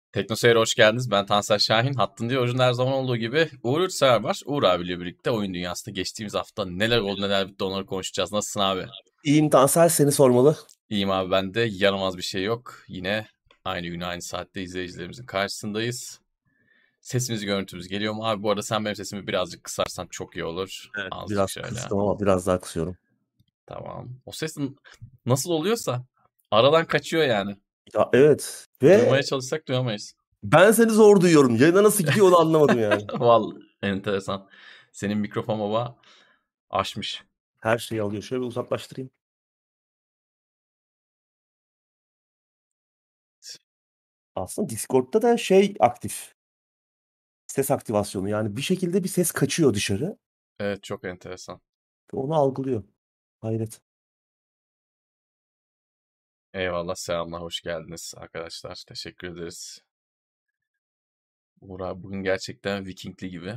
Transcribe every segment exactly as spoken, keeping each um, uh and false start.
Teknoseyir'e hoş geldiniz. Ben Tansel Şahin. Hattında orijinal her zaman olduğu gibi Uğur Ürtsever var. Uğur abiyle birlikte oyun dünyasında geçtiğimiz hafta neler oldu neler bitti onları konuşacağız. Nasılsın abi? İyiyim Tansel, seni sormalı. İyiyim abi, ben de yaramaz bir şey yok. Yine aynı gün aynı saatte izleyicilerimizin karşısındayız. Sesimiz görüntümüz geliyor mu? Abi bu arada sen benim sesimi birazcık kısarsan çok iyi olur. Evet, Azıcık biraz şöyle. kıstım ama biraz daha kısıyorum. Tamam. O ses nasıl oluyorsa aradan kaçıyor yani. Ya evet Duymaya ve çalışsak duyamayız. ben seni zor duyuyorum. Yayına nasıl gidiyor onu anlamadım yani. Vallahi enteresan. Senin mikrofon baba aşmış. Her şeyi alıyor. Şöyle bir uzaklaştırayım. Aslında Discord'da da şey aktif. Ses aktivasyonu. Yani bir şekilde bir ses kaçıyor dışarı Evet, çok enteresan. ve onu algılıyor. Hayret. Eyvallah, selamlar, hoş geldiniz arkadaşlar. Teşekkür ederiz. Uğur abi bugün gerçekten Vikingli gibi.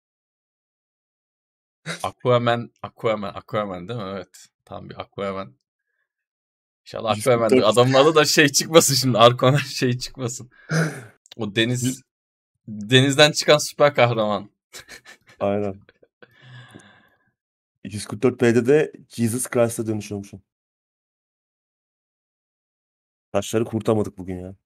Aquaman, Aquaman, Aquaman değil mi? Evet. Tam bir Aquaman. İnşallah Aquaman'dır. yüz kırk dört. Adamın adı da şey çıkmasın şimdi. Aquaman şey çıkmasın. O deniz, denizden çıkan süper kahraman. Aynen. yüz kırk dört B'de de Jesus Christ'a dönüşüyormuşum. Taşları kurtamadık bugün ya.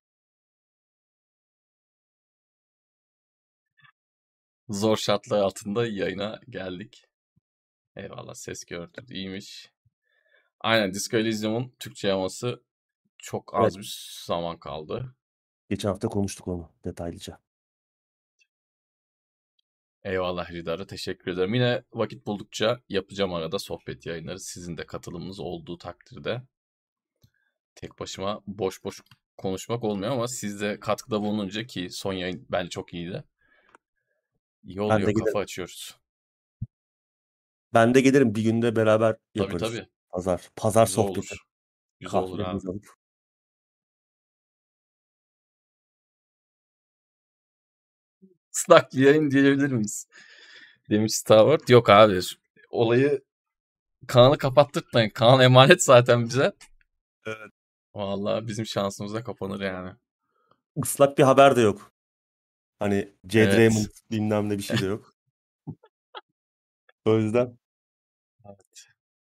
Zor şartlar altında yayına geldik. Eyvallah, ses görüntü iyiymiş. Aynen, Disco Elysium'un Türkçe yaması çok Evet. az bir zaman kaldı. Geçen hafta konuştuk onu detaylıca. Eyvallah Ridar'a, teşekkür ederim. Yine vakit buldukça yapacağım arada sohbet yayınları. Sizin de katılımınız olduğu takdirde. Tek başıma boş boş konuşmak olmuyor ama siz de katkıda bulununca, ki son yayın bence çok iyiydi. İyi Ben de oluyor, giderim. kafa açıyoruz. Ben de gelirim. Bir günde beraber Tabii yaparız. tabii, Pazar. Pazar güzel sohbeti. olur. Güzel olur abi. Kahvelerimizi alıp. Islak bir yayın diyebilir miyiz? Demiş Starward. Yok abi, olayı Kaan'ı kapattırtmayın. Kaan emanet zaten bize. Evet. Vallahi bizim şansımıza kapanır yani. Islak bir haber de yok. Hani Jade Raymond Evet. bilmem ne bir şey de yok. O yüzden Evet.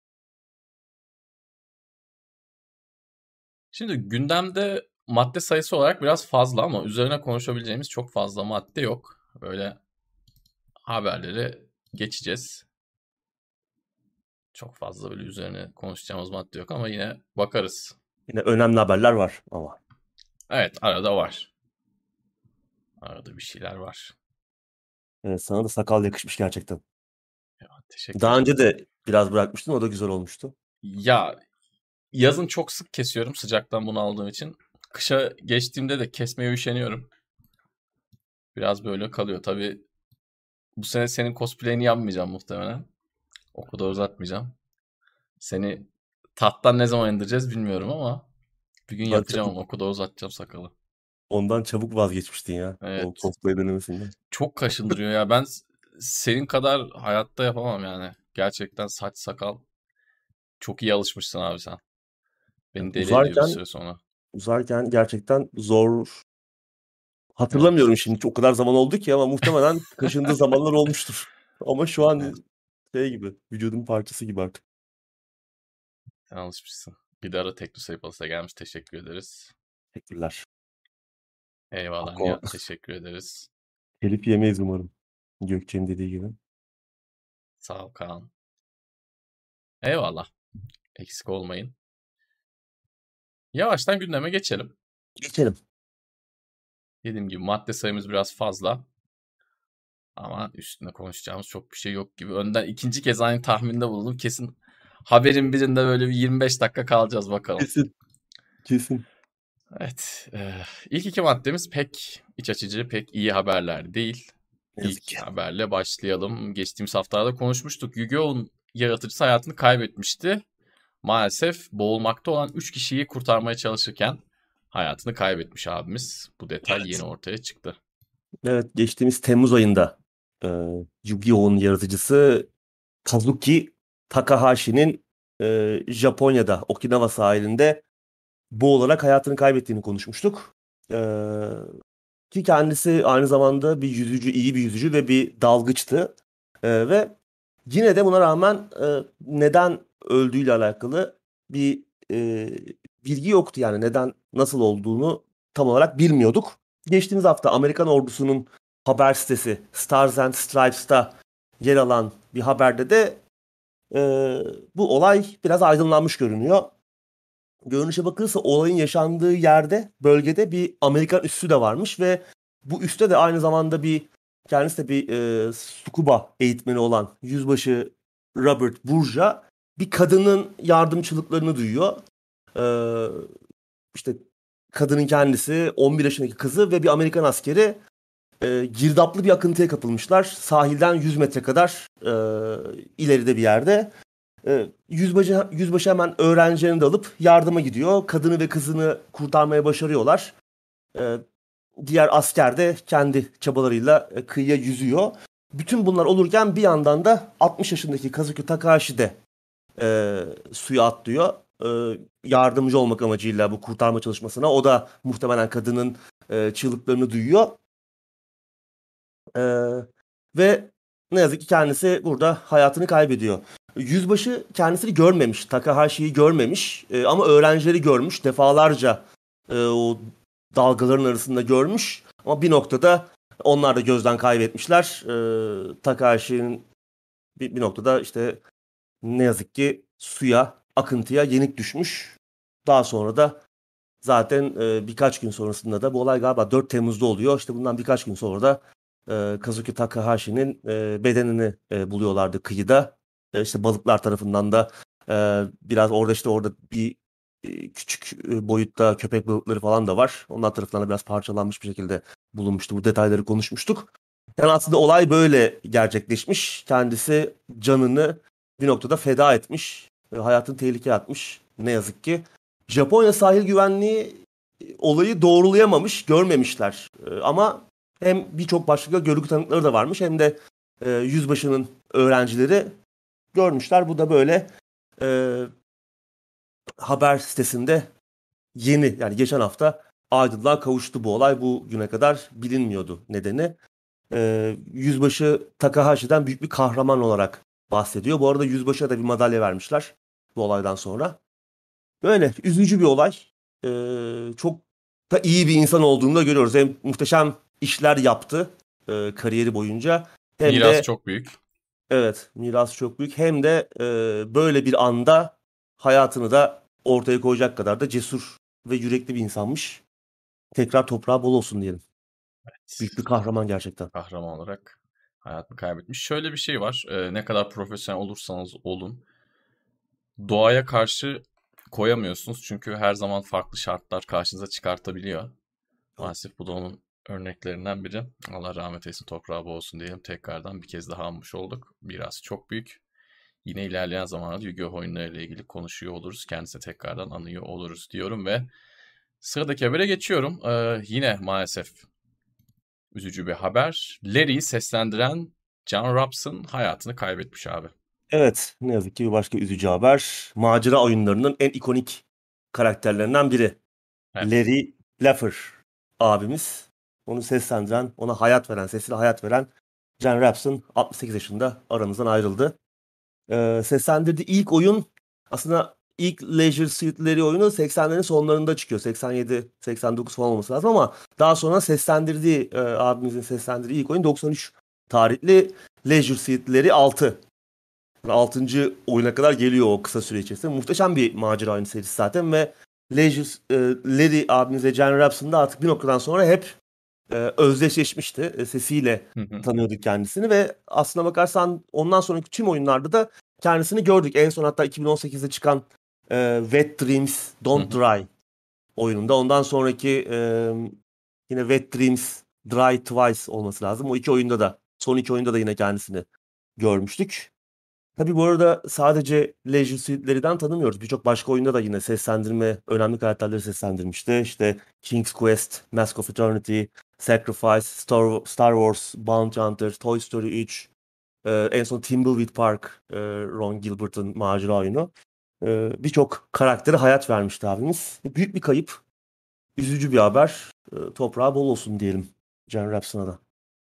Şimdi gündemde madde sayısı olarak biraz fazla ama üzerine konuşabileceğimiz çok fazla madde yok. Böyle haberleri geçeceğiz. Çok fazla böyle üzerine konuşacağımız madde yok ama yine bakarız. yine önemli haberler var ama. Evet, arada var. Arada bir şeyler var. Evet, sana da sakal yakışmış gerçekten. Ya, teşekkür Daha önce ederim. de biraz bırakmıştın, o da güzel olmuştu. Ya yazın çok sık kesiyorum sıcaktan bunu aldığım için. Kışa geçtiğimde de kesmeye üşeniyorum. Biraz böyle kalıyor. Tabii bu sene senin cosplay'ini yapmayacağım muhtemelen. O kadar uzatmayacağım. Seni tahttan ne zaman indireceğiz bilmiyorum ama bir gün Ondan yapacağım ama çabuk, o kadar uzatacağım sakalı. ondan çabuk vazgeçmiştin ya. O Evet. cosplay denemesinden. Çok kaşındırıyor ya. Ben s- senin kadar hayatta yapamam yani. Gerçekten saç sakal. Çok iyi alışmışsın abi sen. Evet, Beni deli ediyor bir uzarken süre sonra. uzarken gerçekten zor. Evet. Hatırlamıyorum şimdi, o kadar zaman oldu ki, ama muhtemelen kaşındığı zamanlar olmuştur. Ama şu Evet. an şey gibi, vücudun parçası gibi artık. Sen alışmışsın. Bir de ara Tekno Sayfası'na gelmiş. Teşekkür ederiz. Teşekkürler. Eyvallah Aqua Nihat. Teşekkür ederiz. telif yemeyiz umarım. Gökçe'nin dediği gibi. Sağ ol Kaan. Eyvallah. Eksik olmayın. Yavaştan gündeme geçelim. Geçelim. Dediğim gibi madde sayımız biraz fazla. Ama üstüne konuşacağımız çok bir şey yok gibi. Önden ikinci kez aynı tahminde bulundum. Kesin haberin birinde böyle bir yirmi beş dakika kalacağız bakalım. Kesin. Kesin. Evet. E, ilk iki maddemiz pek iç açıcı, pek iyi haberler değil. Ne yazık ki. İlk haberle başlayalım. Geçtiğimiz haftalarda konuşmuştuk. Yu-Gi-Oh'un yaratıcısı hayatını kaybetmişti. Maalesef boğulmakta olan üç kişiyi kurtarmaya çalışırken hayatını kaybetmiş abimiz. Bu detay yeni Evet. ortaya çıktı. Evet, geçtiğimiz Temmuz ayında e, Yu-Gi-Oh'un yaratıcısı Kazuki Takahashi'nin e, Japonya'da Okinawa sahilinde boğularak hayatını kaybettiğini konuşmuştuk. E, Ki kendisi aynı zamanda bir yüzücü, iyi bir yüzücü ve bir dalgıçtı. Ee, ve yine de buna rağmen e, neden öldüğüyle alakalı bir e, bilgi yoktu. Yani neden, nasıl olduğunu tam olarak bilmiyorduk. Geçtiğimiz hafta Amerikan ordusunun haber sitesi Stars and Stripes'ta yer alan bir haberde de e, bu olay biraz aydınlanmış görünüyor. Görünüşe bakılırsa olayın yaşandığı yerde, bölgede bir Amerikan üssü de varmış ve bu üste de aynı zamanda bir kendisi de bir e, scuba eğitmeni olan yüzbaşı Robert Burja bir kadının yardımcılıklarını duyuyor. Ee, işte kadının kendisi, on bir yaşındaki kızı ve bir Amerikan askeri e, girdaplı bir akıntıya kapılmışlar. Sahilden yüz metre kadar e, ileride bir yerde. E, yüzbaşı, yüzbaşı hemen öğrencilerini de alıp yardıma gidiyor. Kadını ve kızını kurtarmaya başarıyorlar. E, diğer asker de kendi çabalarıyla e, kıyıya yüzüyor. Bütün bunlar olurken bir yandan da altmış yaşındaki Kazuki Takahashi de e, suya atlıyor. E, yardımcı olmak amacıyla bu kurtarma çalışmasına. O da muhtemelen kadının e, çığlıklarını duyuyor. E, ve ne yazık ki kendisi burada hayatını kaybediyor. Yüzbaşı kendisini görmemiş, Takahashi'yi görmemiş e, ama öğrencileri görmüş. Defalarca e, o dalgaların arasında görmüş. Ama bir noktada onlar da gözden kaybetmişler. E, Takahashi'nin bir, bir noktada işte ne yazık ki suya, akıntıya yenik düşmüş. Daha sonra da zaten e, birkaç gün sonrasında da bu olay galiba dört Temmuz'da oluyor. İşte bundan birkaç gün sonra da e, Kazuki Takahashi'nin e, bedenini e, buluyorlardı kıyıda. E, işte balıklar tarafından da e, biraz orada işte orada bir e, küçük e, boyutta köpek balıkları falan da var. Onlar tarafından da biraz parçalanmış bir şekilde bulunmuştu. Bu detayları konuşmuştuk. Yani aslında olay böyle gerçekleşmiş. Kendisi canını bir noktada feda etmiş. E, hayatını tehlikeye atmış. Ne yazık ki. Japonya sahil güvenliği e, olayı doğrulayamamış, görmemişler. E, ama hem birçok başka görgü tanıkları da varmış hem de e, yüzbaşının öğrencileri görmüşler. Bu da böyle e, haber sitesinde yeni yani geçen hafta aydınlığa kavuştu bu olay. Bu güne kadar bilinmiyordu nedeni. E, yüzbaşı Takahashi'den büyük bir kahraman olarak bahsediyor. Bu arada yüzbaşıya da bir madalya vermişler bu olaydan sonra. Böyle üzücü bir olay. Ee, çok da iyi bir insan olduğunu da görüyoruz. Hem muhteşem işler yaptı e, kariyeri boyunca. Hem Miras de çok büyük. evet miras çok büyük. Hem de e, böyle bir anda hayatını da ortaya koyacak kadar da cesur ve yürekli bir insanmış. Tekrar toprağı bol olsun diyelim. Büyük bir kahraman gerçekten. Kahraman olarak hayatını kaybetmiş. Şöyle bir şey var. e, ne kadar profesyonel olursanız olun. Doğaya karşı koyamıyorsunuz. Çünkü her zaman farklı şartlar karşınıza çıkartabiliyor. Maalesef bu da onun örneklerinden biri. Allah rahmet eylesin, toprağı bol olsun diyelim. Tekrardan bir kez daha anmış olduk. Biraz çok büyük. Yine ilerleyen zamanlarda Yu-Gi-Oh oyunları ile ilgili konuşuyor oluruz. Kendisine tekrardan anıyor oluruz diyorum ve sıradaki habere geçiyorum. Ee, yine maalesef üzücü bir haber. Larry'i seslendiren John Robson hayatını kaybetmiş abi. Evet, ne yazık ki bir başka üzücü haber. Macera oyunlarının en ikonik karakterlerinden biri. Evet. Larry Laffer abimiz. Onu seslendiren, ona hayat veren, sesine hayat veren Jen Rapson altmış sekiz yaşında aramızdan ayrıldı. Ee, seslendirdiği ilk oyun aslında ilk Leisure Suit Larry oyunu seksenlerin sonlarında çıkıyor. seksen yedi seksen dokuz falan olması lazım ama daha sonra seslendirdiği, e, abimizin seslendirdiği ilk oyun doksan üç tarihli Leisure Suit Larry altı. altıncı oyuna kadar geliyor o kısa süre içerisinde. Muhteşem bir macera oyunu serisi zaten ve Leisure, e, Larry abimiz ve Jen Rapson da artık bir noktadan sonra hep e, özdeşleşmişti. E, sesiyle Hı hı. tanıyorduk kendisini ve aslına bakarsan ondan sonraki tüm oyunlarda da kendisini gördük. En son hatta iki bin on sekizde çıkan e, Wet Dreams Hı Don't hı. Dry oyununda. Ondan sonraki e, yine Wet Dreams Dry Twice olması lazım. O iki oyunda da, son iki oyunda da yine kendisini görmüştük. Tabii bu arada sadece Leisure Suit Larry'den tanımıyoruz. Birçok başka oyunda da yine seslendirme, önemli karakterleri seslendirmişti. İşte King's Quest, Mask of Eternity, Sacrifice, Star, Star Wars, Bounty Hunter, Toy Story üç, e, en son Thimbleweed Park, e, Ron Gilbert'ın macera oyunu. E, Birçok karaktere hayat vermişti abimiz. Büyük bir kayıp, üzücü bir haber. E, toprağı bol olsun diyelim. Jen Rapson'a da.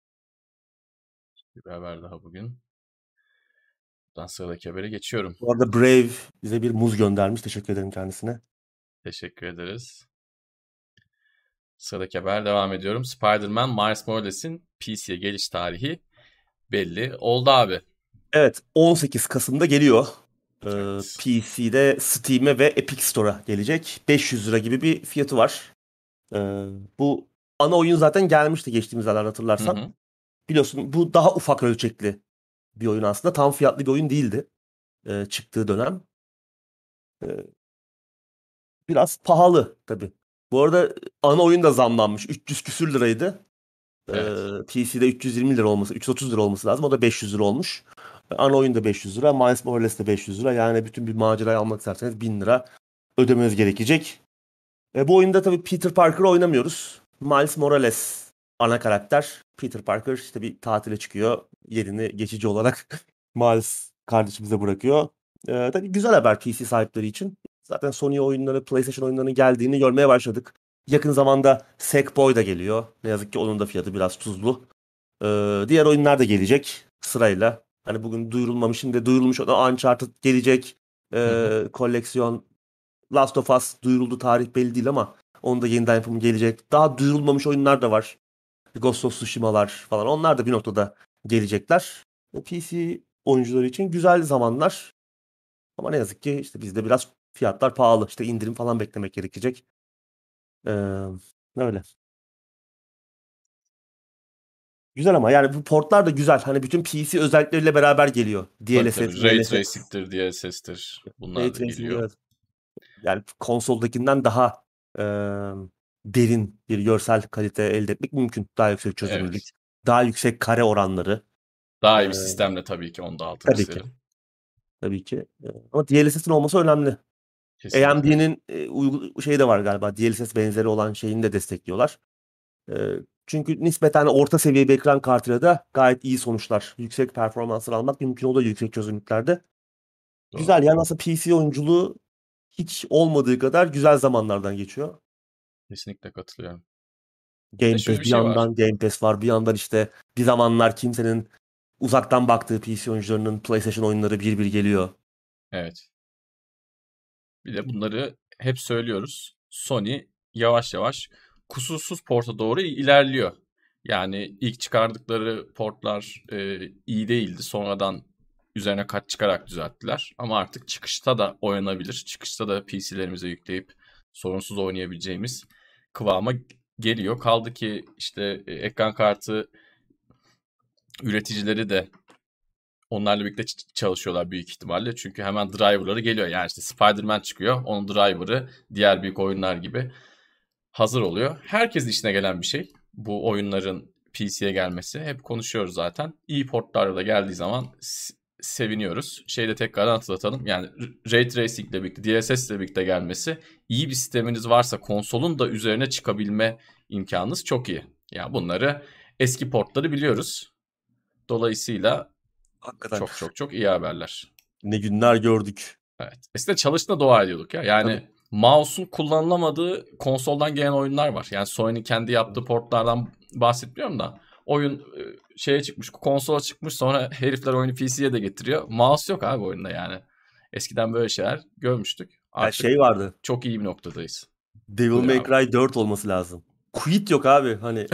Bir haber daha bugün. Buradan sıradaki habere geçiyorum. Bu arada Brave bize bir muz göndermiş. Teşekkür ederim kendisine. Teşekkür ederiz. Sıradaki haber devam ediyorum. Spider-Man Miles Morales'in P C'ye geliş tarihi belli oldu abi. Evet, on sekiz Kasım'da geliyor. Ee, Evet. P C'de Steam'e ve Epic Store'a gelecek. beş yüz lira gibi bir fiyatı var. Ee, bu ana oyun zaten gelmişti geçtiğimiz aylar Hı hatırlarsan. hı. Biliyorsun bu daha ufak ölçekli bir oyun aslında. Tam fiyatlı bir oyun değildi e, çıktığı dönem. E, biraz pahalı tabii. Bu arada ana oyun da zamlanmış. üç yüz küsür liraydı. E, Evet. P C'de üç yüz yirmi lira olması, üç yüz otuz lira olması lazım. O da beş yüz lira olmuş. Ana oyun da beş yüz lira. Miles Morales de beş yüz lira. Yani bütün bir macerayı almak isterseniz bin lira ödemeniz gerekecek. E, bu oyunda tabii Peter Parker'ı oynamıyoruz. Miles Morales ana karakter. Peter Parker işte bir tatile çıkıyor. Yerini geçici olarak Miles kardeşimize bırakıyor. E, tabii güzel haber P C sahipleri için. Zaten Sony oyunları, PlayStation oyunlarının geldiğini görmeye başladık. Yakın zamanda Sackboy da geliyor. Ne yazık ki onun da fiyatı biraz tuzlu. E, diğer oyunlar da gelecek sırayla. Hani bugün duyurulmamış, şimdi duyurulmuş olan Uncharted gelecek. Hı hı. E, koleksiyon Last of Us duyuruldu, tarih belli değil ama onun da yeniden yapımı gelecek. Daha duyurulmamış oyunlar da var. Ghost of Tsushima'lar falan. Onlar da bir noktada gelecekler. O P C oyuncuları için güzel zamanlar. Ama ne yazık ki işte bizde biraz fiyatlar pahalı. İşte indirim falan beklemek gerekecek. Ee, öyle. Güzel ama yani bu portlar da güzel. Hani bütün P C özellikleriyle beraber geliyor. Tabii D L S S, tabii. Ray M L S S, Tracing'tir, D L S S'tir. Ray Bunlar da Tracing, geliyor. evet. Yani konsoldakinden daha e, derin bir görsel kalite elde etmek mümkün. Daha yüksek çözünürlük, Evet. daha yüksek kare oranları. Daha E, iyi bir sistemle tabii ki onu da altını tabii ki. çizelim. Tabii ki. E, ama D L S S'in olması önemli. Kesinlikle. A M D'nin e, uygu- şey de var galiba. D L S S benzeri olan şeyini de destekliyorlar. E, çünkü nispeten orta seviye bir ekran kartıyla da gayet iyi sonuçlar, yüksek performanslar almak mümkün oluyor yüksek çözünürlüklerde. Doğru. Güzel yani aslında P C oyunculuğu hiç olmadığı kadar güzel zamanlardan geçiyor. Kesinlikle katılıyorum. Bir de Game şöyle Pass bir bir şey var. yandan Game Pass var. Bir yandan işte bir zamanlar kimsenin uzaktan baktığı P C oyuncularının PlayStation oyunları bir bir geliyor. Evet. Bir de bunları hep söylüyoruz. Sony yavaş yavaş kusursuz porta doğru ilerliyor. Yani ilk çıkardıkları portlar e, iyi değildi. Sonradan üzerine kat çıkarak düzelttiler. Ama artık çıkışta da oynanabilir. Çıkışta da P C'lerimize yükleyip sorunsuz oynayabileceğimiz kıvama geliyor. Kaldı ki işte e, ekran kartı üreticileri de onlarla birlikte çalışıyorlar büyük ihtimalle. Çünkü hemen driver'ları geliyor. Yani işte Spider-Man çıkıyor. Onun driver'ı diğer büyük oyunlar gibi hazır oluyor. Herkesin işine gelen bir şey. Bu oyunların P C'ye gelmesi. Hep konuşuyoruz zaten. İyi portlarla da geldiği zaman seviniyoruz. Şeyi de tekrardan hatırlatalım. Yani Ray Tracing ile birlikte, D L S S ile birlikte gelmesi, iyi bir sisteminiz varsa konsolun da üzerine çıkabilme imkanınız çok iyi. Yani bunları eski portları biliyoruz. Dolayısıyla Hakikaten çok çok çok iyi haberler. ne günler gördük. Evet. Eskiden çalıştığına dua ediyorduk ya. Tabii. Yani mouse'un kullanılamadığı konsoldan gelen oyunlar var. Yani Sony'nin kendi yaptığı portlardan bahsetmiyorum da. Oyun e, şeye çıkmış, konsola çıkmış, sonra herifler oyunu P C'ye de getiriyor. Mouse yok abi oyunda yani. Eskiden böyle şeyler görmüştük. Ya Artık şey vardı. çok iyi bir noktadayız. Devil Buyur May abi. Cry dört olması lazım. Quit yok abi hani.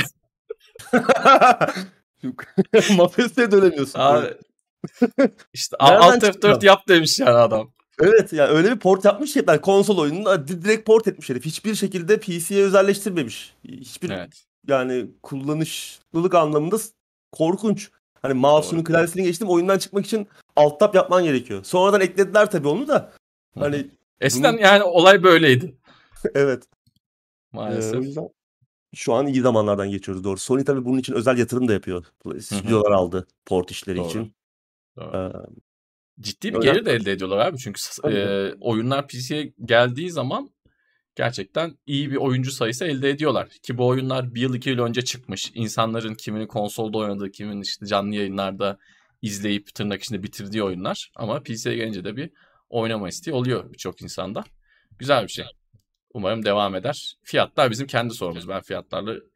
Mafyasıya dönemiyorsun oyun. Abi işte Nereden Alt F dört çıktı? yap demiş yani adam. Evet ya öyle bir port yapmış ki ben konsol oyununu di- direkt port etmiş herif. Hiçbir şekilde P C'ye özelleştirmemiş. Hiçbir Evet. yani kullanışlılık anlamında s- korkunç. Hani Doğru. mouse'unu klavyesini geçtim oyundan çıkmak için alt tab yapman gerekiyor. Sonradan eklediler tabii onu da. Hı hı. Hani Eskiden bunun yani olay böyleydi. evet. Ee, o Maalesef. yüzden şu an iyi zamanlardan geçiyoruz doğru. Sony tabii bunun için özel yatırım da yapıyor. Hı hı. Stüdyolar aldı port işleri Doğru. için. Doğru. Ee, Ciddi bir önemli. gelir de elde ediyorlar abi. Çünkü e, Tabii canım. oyunlar P C'ye geldiği zaman gerçekten iyi bir oyuncu sayısı elde ediyorlar. Ki bu oyunlar bir yıl iki yıl önce çıkmış. İnsanların kimini konsolda oynadığı, kiminin işte canlı yayınlarda izleyip tırnak içinde bitirdiği oyunlar. Ama P C'ye gelince de bir oynama isteği oluyor birçok insanda. Güzel bir şey. Umarım devam eder. Fiyatlar bizim kendi sorumuz. Ben fiyatlarla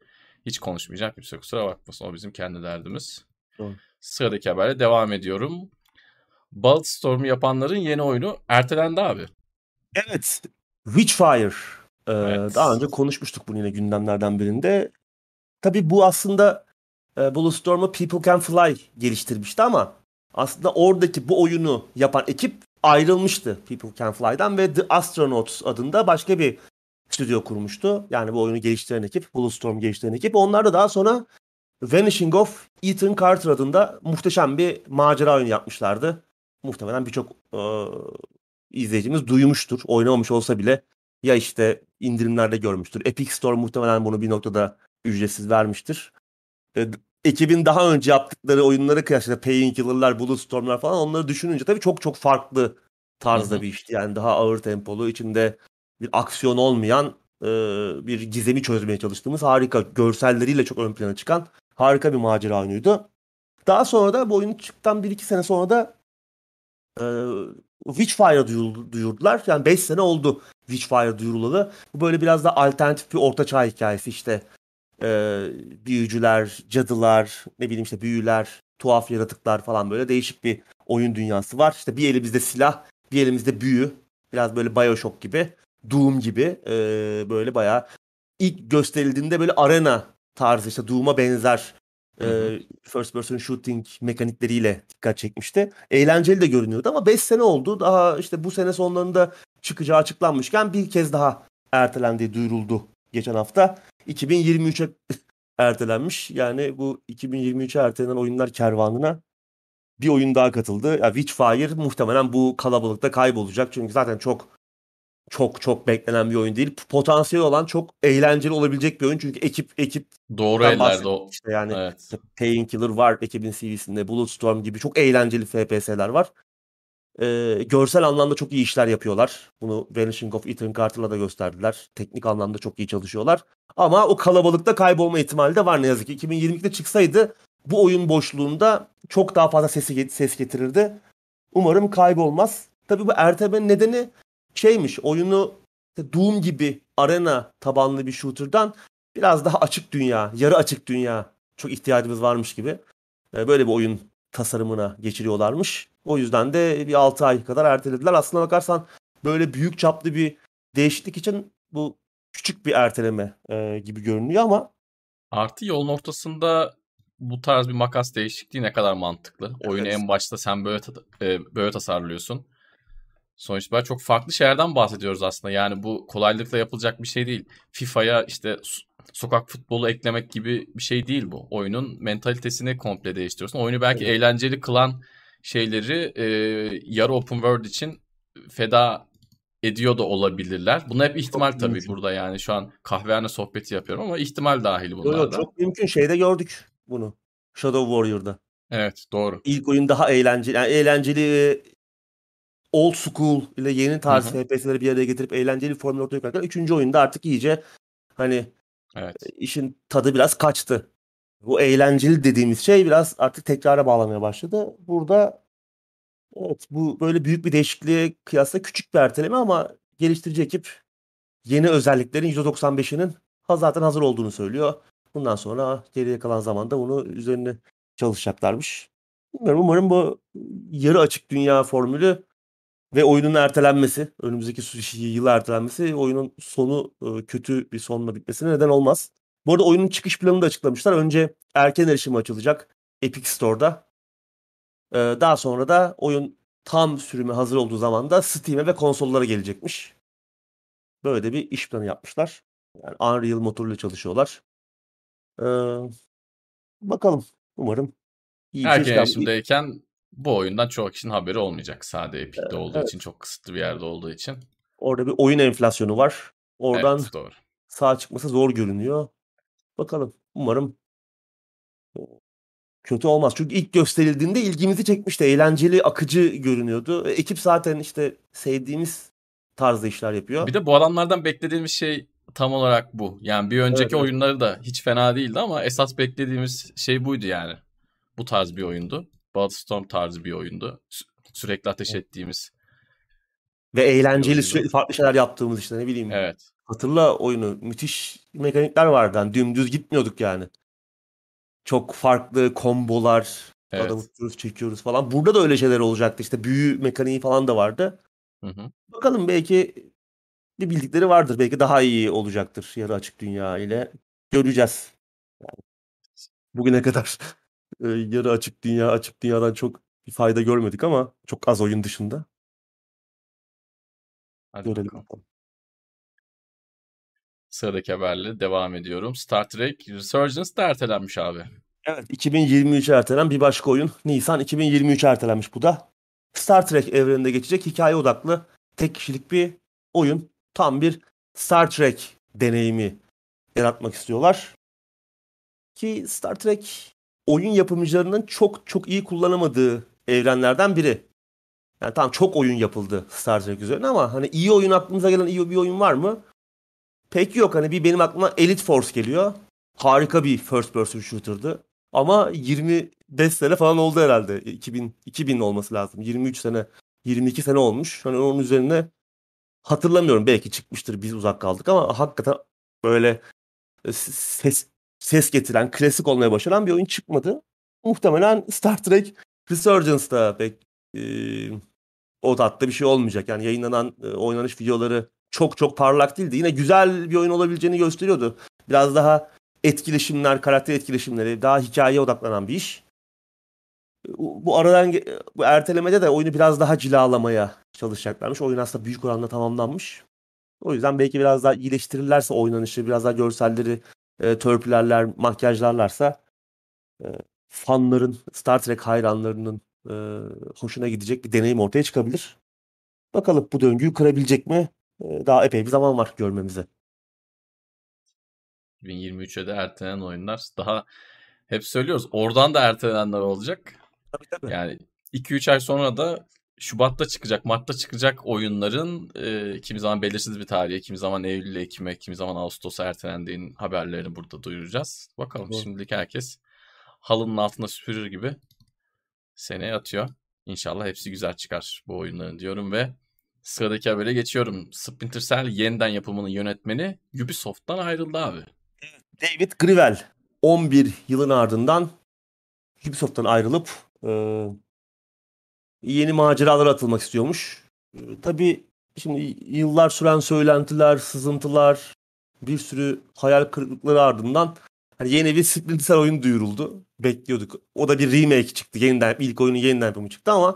Hiç konuşmayacağım. Kimse kusura bakmasın. O bizim kendi derdimiz. Doğru. Sıradaki haberle devam ediyorum. Bulletstorm'u yapanların yeni oyunu ertelendi abi. Evet. Witchfire. Ee, daha Evet. önce konuşmuştuk bunu yine gündemlerden birinde. Tabii bu aslında e, Bulletstorm'u People Can Fly geliştirmişti ama aslında oradaki bu oyunu yapan ekip ayrılmıştı People Can Fly'dan ve The Astronauts adında başka bir stüdyo kurmuştu. Yani bu oyunu geliştiren ekip, Bulletstorm geliştiren ekip. Onlar da daha sonra Vanishing of Ethan Carter adında muhteşem bir macera oyunu yapmışlardı. Muhtemelen birçok e, izleyicimiz duymuştur. Oynamamış olsa bile ya işte indirimlerde görmüştür. Epic Store muhtemelen bunu bir noktada ücretsiz vermiştir. E, ekibin daha önce yaptıkları oyunları kıyasla Painkiller'lar, Bulletstorm'lar falan onları düşününce tabii çok çok farklı Hı tarzda hı. bir işti. Yani daha ağır tempolu, içinde bir aksiyon olmayan e, bir gizemi çözmeye çalıştığımız harika, görselleriyle çok ön plana çıkan harika bir macera oyunuydu. Daha sonra da bu oyun çıktıktan bir iki sene sonra da e, Witchfire duyurdu- duyurdular. Yani beş sene oldu Witchfire duyurulalı. Bu böyle biraz da alternatif bir ortaçağ hikayesi işte. Ee, büyücüler, cadılar, ne bileyim işte büyüler, tuhaf yaratıklar falan böyle değişik bir oyun dünyası var. İşte bir elimizde silah, bir elimizde büyü. Biraz böyle BioShock gibi, Doom gibi ee, böyle bayağı ilk gösterildiğinde böyle arena tarzı işte Doom'a benzer Hı hı. ee, first person shooting mekanikleriyle dikkat çekmişti. Eğlenceli de görünüyordu ama beş sene oldu. Daha işte bu sene sonlarında çıkacağı açıklanmışken bir kez daha ertelendiği duyuruldu geçen hafta. iki bin yirmi üçe ertelenmiş. Yani bu iki bin yirmi üçe ertelenen oyunlar kervanına bir oyun daha katıldı. Ya Witchfire muhtemelen bu kalabalıkta kaybolacak. Çünkü zaten çok çok çok beklenen bir oyun değil. Potansiyeli olan çok eğlenceli olabilecek bir oyun. Çünkü ekip Doğru ekipten ellerde bahsettik o. işte yani Evet. işte Painkiller var ekibin C V'sinde. Bulletstorm gibi çok eğlenceli F P S'ler var. Ee, görsel anlamda çok iyi işler yapıyorlar. Bunu Vanishing of Ethan Carter'la da gösterdiler. Teknik anlamda çok iyi çalışıyorlar. Ama o kalabalıkta kaybolma ihtimali de var ne yazık ki. iki bin yirmi ikide çıksaydı bu oyun boşluğunda çok daha fazla sesi, ses getirirdi. Umarım kaybolmaz. Tabii bu ertelemenin nedeni şeymiş. Oyunu işte Doom gibi arena tabanlı bir shooter'dan biraz daha açık dünya, yarı açık dünya çok ihtiyacımız varmış gibi. Ee, Böyle bir oyun tasarımına geçiriyorlarmış. O yüzden de bir altı ay kadar ertelediler. Aslına bakarsan böyle büyük çaplı bir değişiklik için bu küçük bir erteleme e, gibi görünüyor ama Artı yolun ortasında bu tarz bir makas değişikliği ne kadar mantıklı. Oyunu evet. en başta sen böyle ta- e, böyle tasarlıyorsun. Sonuçta çok farklı şeylerden bahsediyoruz aslında. Yani bu kolaylıkla yapılacak bir şey değil. FIFA'ya işte so- sokak futbolu eklemek gibi bir şey değil bu. Oyunun mentalitesini komple değiştiriyorsun. Oyunu belki Evet. eğlenceli kılan şeyleri e, yarı open world için feda ediyor da olabilirler. Bunlar hep ihtimal Çok tabii mümkün. burada yani şu an kahvehane sohbeti yapıyorum ama ihtimal dahili Yo, yo, bunlarda. çok mümkün. Şeyde gördük bunu. Shadow Warrior'da. Evet, doğru. İlk oyun daha eğlenceli. Yani eğlenceli old school ile yeni Hı tarz hı. F P S'leri bir araya getirip eğlenceli bir formül ortaya koyarken üçüncü oyunda artık iyice hani Evet. işin tadı biraz kaçtı. Bu eğlenceli dediğimiz şey biraz artık tekrara bağlamaya başladı. Burada evet bu böyle büyük bir değişikliğe kıyasla küçük bir erteleme ama geliştirici ekip yeni özelliklerin yüzde doksan beşinin ha- zaten hazır olduğunu söylüyor. Bundan sonra geriye kalan zamanda bunu üzerine çalışacaklarmış. Bilmiyorum, umarım bu yarı açık dünya formülü ve oyunun ertelenmesi, önümüzdeki sü- yıla ertelenmesi oyunun sonu e, kötü bir sonla bitmesine neden olmaz. Bu arada oyunun çıkış planını da açıklamışlar. Önce erken erişime açılacak Epic Store'da. E, Daha sonra da oyun tam sürüme hazır olduğu zaman da Steam'e ve konsollara gelecekmiş. Böyle de bir iş planı yapmışlar. Yani Unreal motoruyla çalışıyorlar. E, Bakalım. Umarım iyi bir şey Erken çıkar. erişimdeyken bu oyundan çoğu kişinin haberi olmayacak. Sade Epic'te olduğu için, Evet. çok kısıtlı bir yerde olduğu için. Orada bir oyun enflasyonu var. Oradan Evet, doğru. sağ çıkması zor görünüyor. Bakalım. Umarım kötü olmaz. Çünkü ilk gösterildiğinde ilgimizi çekmişti. Eğlenceli, akıcı görünüyordu. E, Ekip zaten işte sevdiğimiz tarzda işler yapıyor. Bir de bu adamlardan beklediğimiz şey tam olarak bu. Yani bir Evet, önceki evet. oyunları da hiç fena değildi ama esas beklediğimiz şey buydu yani. Bu tarz bir oyundu. Bulletstorm tarzı bir oyundu. Sü- sürekli ateş Evet. ettiğimiz Ve bir eğlenceli, oyundu. sürekli farklı şeyler yaptığımız işte ne bileyim Evet. Hatırla oyunu. Müthiş mekanikler vardı. Yani dümdüz gitmiyorduk yani. Çok farklı kombolar, adamı Evet. tutuyoruz, çekiyoruz falan. Burada da öyle şeyler olacaktı. İşte büyü mekaniği falan da vardı. Hı hı. Bakalım, belki bir bildikleri vardır. Belki daha iyi olacaktır yarı açık dünya ile. Göreceğiz. Bugüne kadar e, yarı açık dünya, açık dünyadan çok bir fayda görmedik ama çok az oyun dışında. Hadi Görelim bakalım. bakalım. Sıradaki haberle devam ediyorum. Star Trek Resurgence da ertelenmiş abi. Evet, iki bin yirmi üçe ertelenen bir başka oyun. Nisan iki bin yirmi üçe ertelenmiş bu da. Star Trek evreninde geçecek hikaye odaklı tek kişilik bir oyun. Tam bir Star Trek deneyimi yaratmak istiyorlar. Ki Star Trek oyun yapımcılarının çok çok iyi kullanamadığı evrenlerden biri. Yani tamam, çok oyun yapıldı Star Trek üzerine ama hani iyi oyun, aklımıza gelen iyi bir oyun var mı? Pek yok. Hani bir benim aklıma Elite Force geliyor. Harika bir first person shooter'dı. Ama yirmi beş sene falan oldu herhalde. iki bin, iki bin olması lazım. yirmi üç sene, yirmi iki sene olmuş. Hani onun üzerine hatırlamıyorum. Belki çıkmıştır, biz uzak kaldık ama hakikaten böyle e, ses ses getiren, klasik olmaya başaran bir oyun çıkmadı. Muhtemelen Star Trek Resurgence'da pek e, o tatta bir şey olmayacak. Yani yayınlanan e, oynanış videoları çok çok parlak değildi. Yine güzel bir oyun olabileceğini gösteriyordu. Biraz daha etkileşimler, karakter etkileşimleri, daha hikayeye odaklanan bir iş. Bu bu aradan ge- bu ertelemede de oyunu biraz daha cilalamaya çalışacaklarmış. Oyun aslında büyük oranda tamamlanmış. O yüzden belki biraz daha iyileştirirlerse oynanışı, biraz daha görselleri e, törpülerler, makyajlarlarsa e, fanların, Star Trek hayranlarının e, hoşuna gidecek bir deneyim ortaya çıkabilir. Bakalım bu döngüyü kırabilecek mi? Ee, Daha epey bir zaman var görmemize. iki bin yirmi üçe de ertelenen oyunlar. Daha hep söylüyoruz. Oradan da ertelenenler olacak. Tabii tabii. Yani iki üç ay sonra da Şubat'ta çıkacak, Mart'ta çıkacak oyunların e, kimi zaman belirsiz bir tarihe, kimi zaman Eylül, Ekim'e, kimi zaman Ağustos'a ertelendiğinin haberlerini burada duyuracağız. Bakalım, Doğru. şimdilik herkes halının altına süpürür gibi seneye atıyor. İnşallah hepsi güzel çıkar bu oyunların diyorum ve sıradaki habere geçiyorum. Splinter Cell yeniden yapımının yönetmeni Ubisoft'tan ayrıldı abi. David Greville on bir yılın ardından Ubisoft'tan ayrılıp e, yeni maceralara atılmak istiyormuş. E, tabii şimdi yıllar süren söylentiler, sızıntılar, bir sürü hayal kırıklıkları ardından hani yeni bir Splinter Cell oyunu duyuruldu. Bekliyorduk. O da bir remake çıktı. Yeniden, ilk oyunun yeniden yapımı çıktı ama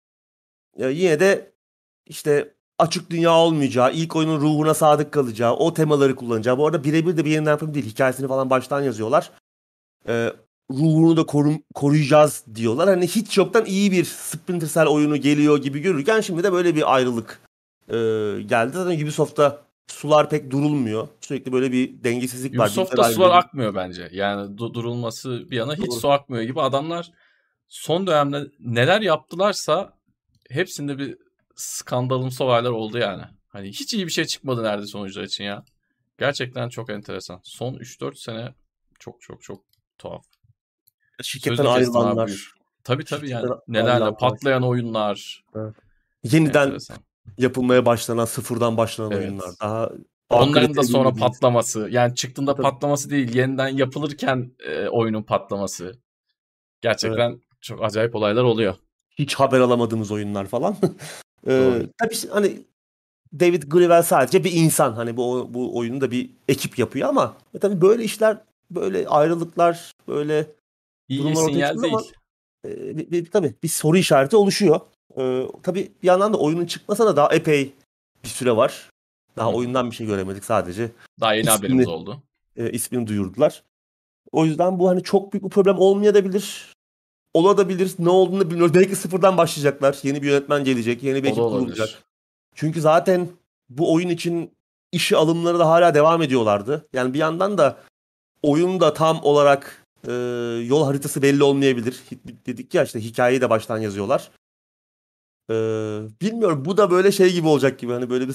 e, yine de işte açık dünya olmayacağı, ilk oyunun ruhuna sadık kalacağı, o temaları kullanacağı. Bu arada birebir de bir yeniden yapım değil. Hikayesini falan baştan yazıyorlar. Ee, ruhunu da korum, koruyacağız diyorlar. Hani hiç yoktan iyi bir Splinter Cell oyunu geliyor gibi görürken şimdi de böyle bir ayrılık e, geldi. Zaten Ubisoft'ta sular pek durulmuyor. Sürekli böyle bir dengesizlik var. Birileri Ubisoft'ta sular ayrılıyor. akmıyor bence. Yani du- durulması bir yana hiç Doğru. su akmıyor gibi. Adamlar son dönemde neler yaptılarsa hepsinde bir skandalımsı olaylar oldu yani. Hani hiç iyi bir şey çıkmadı neredeyse oyuncular için ya. Gerçekten çok enteresan. Son üç dört sene çok çok çok tuhaf. Şirketten Sözünü kestim abi, buyur. ayrılanlar. Tabii tabii, Şirketten yani nelerle ayrılanlar. patlayan oyunlar. Evet. Yeniden Enteresan. yapılmaya başlanan, sıfırdan başlanan oyunlar. Evet. Daha Onların da akıbeti sonra emin değil. patlaması. Yani çıktığında Tabii. patlaması değil, yeniden yapılırken e, oyunun patlaması. Evet. Gerçekten çok acayip olaylar oluyor. Hiç haber alamadığımız oyunlar falan. Doğru. Ee, tabii işte hani David Greville sadece bir insan. Hani bu bu oyunu da bir ekip yapıyor ama e tabii böyle işler, böyle ayrılıklar, böyle İyi durumlar ortaya sinyal çıktığı zaman değil. e, bir, bir- tabii bir soru işareti oluşuyor. Ee, tabii bir yandan da oyunun çıkmasına da daha epey bir süre var. Hı Daha hı. oyundan bir şey göremedik, sadece Daha yeni haberimiz ismini oldu. e, ismini duyurdular. O yüzden bu hani çok büyük bir problem olmayabilir. Olabilir. Ne olduğunu bilmiyoruz. Belki sıfırdan başlayacaklar. Yeni bir yönetmen gelecek. Yeni bir O da ekip kurulacak. olabilir. Çünkü zaten bu oyun için işe alımları da hala devam ediyorlardı. Yani bir yandan da oyun da tam olarak e, yol haritası belli olmayabilir. Dedik ya, işte hikayeyi de baştan yazıyorlar. E, bilmiyorum, bu da böyle şey gibi olacak gibi. Hani böyle bir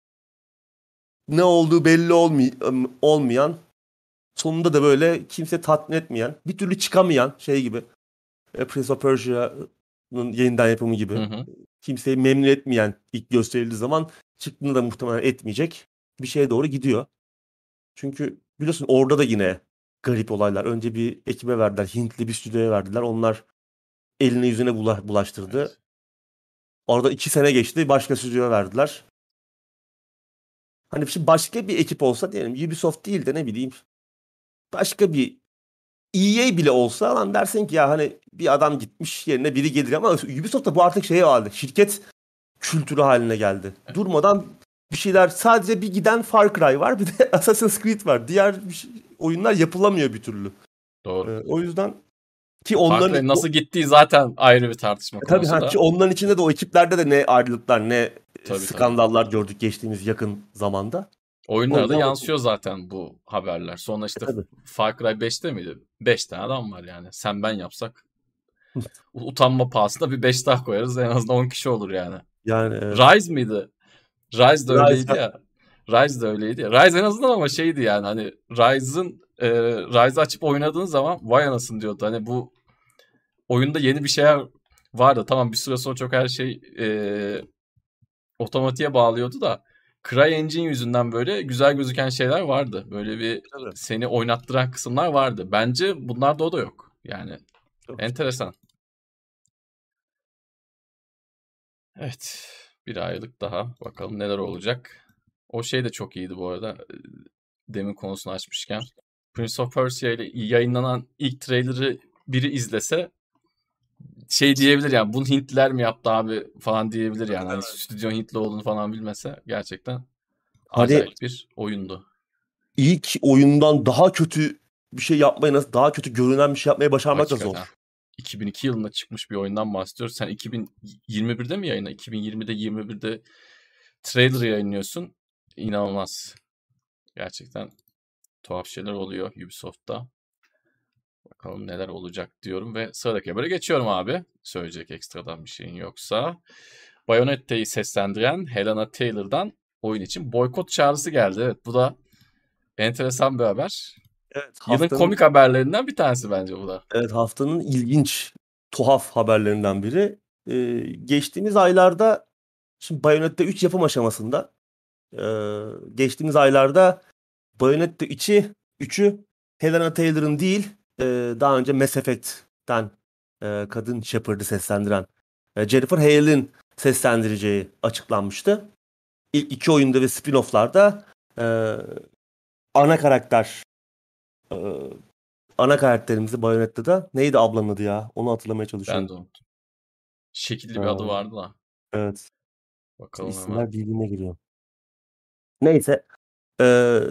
ne olduğu belli olmay olmayan, sonunda da böyle kimse tatmin etmeyen, bir türlü çıkamayan şey gibi. E, Prince of Persia'nın yeniden yapımı Hı gibi. hı. Kimseyi memnun etmeyen ilk gösterildiği zaman çıktığında da muhtemelen etmeyecek. bir şeye doğru gidiyor. Çünkü biliyorsun orada da yine garip olaylar. Önce bir ekibe verdiler. Hintli bir stüdyoya verdiler. Onlar eline yüzüne bula- bulaştırdı. Evet. Orada iki sene geçti. Başka stüdyoya verdiler. Hani şimdi başka bir ekip olsa diyelim Ubisoft değil de ne bileyim başka bir E A bile olsa lan dersin ki ya hani bir adam gitmiş yerine biri gelir ama Ubisoft da bu artık şeye aldı. Şirket kültürü haline geldi. Evet. Durmadan bir şeyler sadece bir giden Far Cry var bir de Assassin's Creed var. Diğer bir şey- oyunlar yapılamıyor bir türlü. Doğru. Ee, o yüzden ki Far onların Cry nasıl gittiği zaten ayrı bir tartışma E tabii konusu ha, da. ki onların içinde de o ekiplerde de ne ayrılıklar ne Tabii tabii. skandallar gördük geçtiğimiz yakın zamanda. O Oyunlara da yüzden yansıyor zaten bu haberler. Sonra e işte tabii. Far Cry beşte miydi? beş tane adam var yani. Sen ben yapsak utanma pahasına bir beş daha koyarız. En azından on kişi olur yani. Yani evet. Rise miydi? Rise de öyleydi Rise, ya. Rise de öyleydi ya. Rise en azından ama şeydi yani hani Rise'ın e, Rise'ı açıp oynadığın zaman vay anasın diyordu. Hani bu oyunda yeni bir şeyler vardı. Tamam bir süre sonra çok her şey e, otomatiğe bağlıyordu da CryEngine yüzünden böyle güzel gözüken şeyler vardı. Böyle bir tabii. seni oynattıran kısımlar vardı. Bence bunlarda o da yok. Yani Çok- enteresan. Evet. Bir aylık daha. Bakalım neler olacak. O şey de çok iyiydi bu arada. Demin konusunu açmışken. Prince of Persia ile yayınlanan ilk trailer'ı biri izlese şey diyebilir yani bunu Hintliler mi yaptı abi falan diyebilir yani. Hani stüdyo Hintli olduğunu falan bilmese gerçekten Hani acayip bir oyundu. ilk oyundan daha kötü bir şey yapmayı nasıl daha kötü görünen bir şey yapmayı başarmak da Hakikaten. zor. iki bin iki yılında çıkmış bir oyundan bahsediyoruz. Sen iki bin yirmi birde mi yayınla? iki bin yirmide yirmi birde trailer yayınlıyorsun. İnanılmaz. Gerçekten tuhaf şeyler oluyor Ubisoft'ta. Bakalım neler olacak diyorum ve sıradaki habere geçiyorum abi. Söyleyecek ekstradan bir şeyin yoksa. Bayonetta'yı seslendiren Helena Taylor'dan oyun için boykot çağrısı geldi. Evet bu da enteresan bir haber. Evet Yılın haftanın komik haberlerinden bir tanesi bence bu da. evet haftanın ilginç tuhaf haberlerinden biri. Ee, geçtiğimiz aylarda şimdi Bayonetta üç yapım aşamasında ee, geçtiğimiz aylarda Bayonetta üçü üçü Helena Taylor'ın değil e, daha önce Mass Effect'ten e, kadın Shepard'ı seslendiren e, Jennifer Hale'in seslendireceği açıklanmıştı. İlk iki oyunda ve spin-off'larda e, ana karakter e, ana karakterimizi Bayonetta'da neydi ablanın adı ya? Onu hatırlamaya Ben çalışıyorum. de unuttum. Şekilli bir adı E, vardı da. evet. Bakalım hemen. İsimler birbirine giriyor. Neyse. E,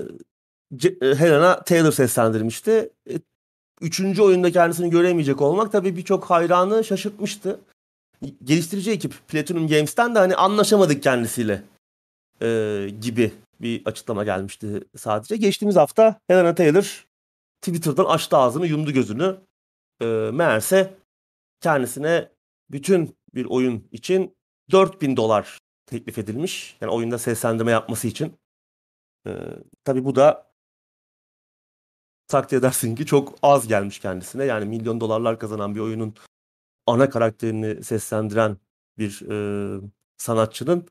C- e, Helena Taylor seslendirmişti. E, Üçüncü oyunda kendisini göremeyecek olmak tabii birçok hayranı şaşırtmıştı. Geliştirici ekip Platinum Games'ten de hani anlaşamadık kendisiyle e, gibi bir açıklama gelmişti sadece. Geçtiğimiz hafta Helena Taylor Twitter'dan açtı ağzını yumdu gözünü. E, meğerse kendisine bütün bir oyun için dört bin dolar teklif edilmiş. Yani oyunda seslendirme yapması için. E, tabii bu da takdir edersin ki çok az gelmiş kendisine. Yani milyon dolarlar kazanan bir oyunun ana karakterini seslendiren bir e, sanatçının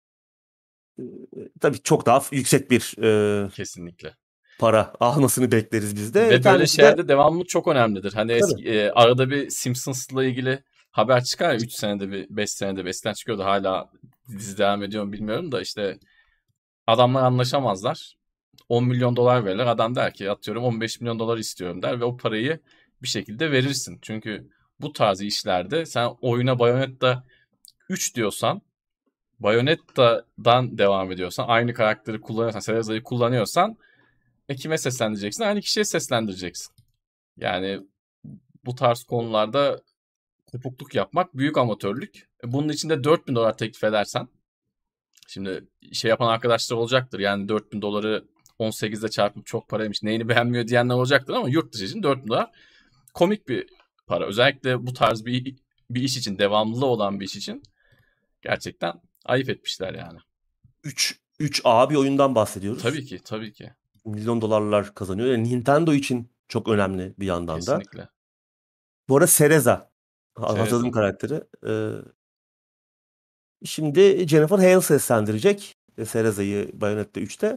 e, tabii çok daha yüksek bir e, Kesinlikle. para almasını bekleriz biz de. Ve böyle Kendisi de şeylerde devamlılık çok önemlidir. Hani tabii eski e, arada bir Simpsons'la ilgili haber çıkar ya üç senede bir beş senede bir eskiden çıkıyordu hala dizi devam ediyor mu bilmiyorum da işte adamlar anlaşamazlar. on milyon dolar verirler. Adam der ki atıyorum on beş milyon dolar istiyorum der ve o parayı bir şekilde verirsin. Çünkü bu tarz işlerde sen oyuna Bayonetta üç diyorsan Bayonetta'dan devam ediyorsan aynı karakteri kullanıyorsan Cereza'yı kullanıyorsan e kime seslendireceksin? Aynı kişiye seslendireceksin. Yani bu tarz konularda kopukluk yapmak büyük amatörlük. E, Bunun için de dört bin dolar teklif edersen şimdi şey yapan arkadaşlar olacaktır. Yani dört bin doları on sekizde çarpıp çok paraymış neyini beğenmiyor diyenler olacaktır ama yurt dışı için dört bin dolar komik bir para. Özellikle bu tarz bir bir iş için devamlılığı olan bir iş için gerçekten ayıp etmişler yani. üç üç A bir oyundan bahsediyoruz. Tabii ki tabii ki Milyon dolarlar kazanıyor. Yani Nintendo için çok önemli bir yandan da. kesinlikle. Bu arada Cereza hatırladığım Cereza. karakteri. E, şimdi Jennifer Hale seslendirecek. Cereza'yı Bayonetta üçte.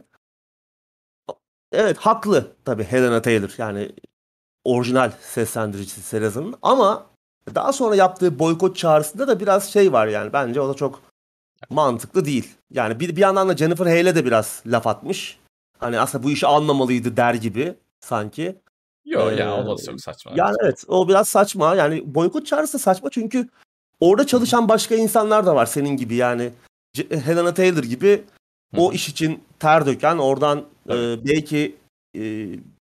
Evet, haklı tabii Helena Taylor, yani orijinal seslendiricisi Cereza'nın, ama daha sonra yaptığı boykot çağrısında da biraz şey var yani, bence o da çok mantıklı değil. Yani bir, bir yandan da Jennifer Hale'e de biraz laf atmış. Hani aslında bu işi almamalıydı der gibi sanki. Yo ya, Ee, o da çok saçma, Yani evet. evet, o biraz saçma. Yani boykot çağrısı da saçma çünkü orada Hı hı. çalışan başka insanlar da var senin gibi, yani C- Helena Taylor gibi Hı o hı. iş için ter döken, oradan Tabii. e, belki e,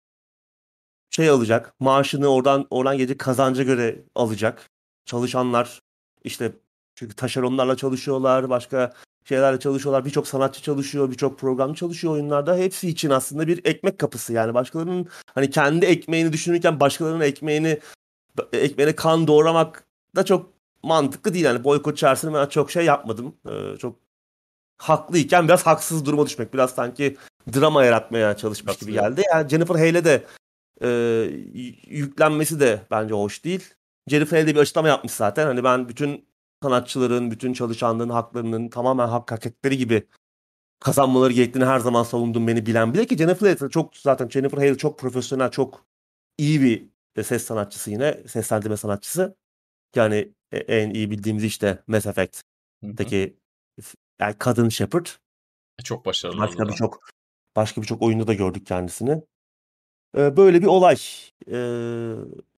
şey alacak, maaşını oradan oradan gelecek kazanca göre alacak çalışanlar, işte çünkü taşeronlarla çalışıyorlar, başka şeylerle çalışıyorlar, birçok sanatçı çalışıyor, birçok programcı çalışıyor oyunlarda, hepsi için aslında bir ekmek kapısı. Yani başkalarının, hani kendi ekmeğini düşünürken başkalarının ekmeğini ekmeğine kan doğramak da çok mantıklı değil. Yani boykot çağrısını ben çok şey yapmadım. Ee, çok haklıyken biraz haksız duruma düşmek, biraz sanki drama yaratmaya çalışmış gibi Katılıyorum. geldi. Yani Jennifer Hale'e de e, y- yüklenmesi de bence hoş değil. Jennifer Hale de bir açıklama yapmış zaten. Hani ben bütün sanatçıların, bütün çalışanların haklarının tamamen hak hak ettikleri gibi kazanmaları gerektiğini her zaman savundum, beni bilen bile, ki Jennifer Hale çok, zaten Jennifer Hale çok profesyonel, çok iyi bir e, ses sanatçısı, yine seslendirme sanatçısı. Yani e- en iyi bildiğimiz işte Mass Hı hı. Effect'teki f- yani kadın Shepard. E, Çok başarılı oldu Başka da. birçok başka birçok oyunda da gördük kendisini. Ee, böyle bir olay. Ee,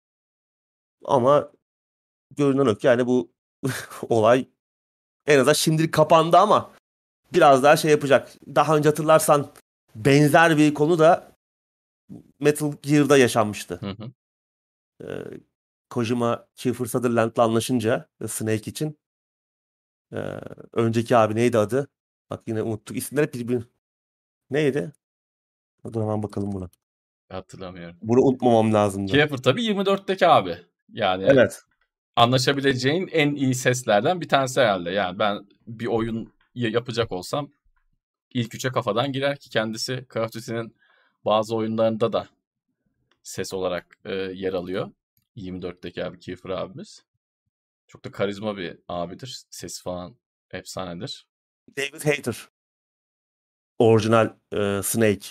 Ama görünen o ki yani bu olay en azından şimdilik kapandı, ama biraz daha şey yapacak. Daha önce hatırlarsan benzer bir konu da Metal Gear'da yaşanmıştı. Hı hı. Ee, Kojima Kiefer Sutherland'la anlaşınca Snake için, e, önceki abi neydi adı? Bak yine unuttuk. İsimler hep birbirine. Neydi? Dur hemen bakalım buna. Hatırlamıyorum. Bunu unutmamam lazımdı. Kiefer tabii yirmi dörtteki abi. Yani Evet. anlaşabileceğin en iyi seslerden bir tanesi herhalde. Yani ben bir oyun ya- yapacak olsam ilk üçe kafadan girer, ki kendisi Call of Duty'nin bazı oyunlarında da ses olarak e, yer alıyor. yirmi dörtteki abi Kiefer abimiz. Çok da karizma bir abidir. Sesi falan efsanedir. David Hayter. Orijinal e, Snake.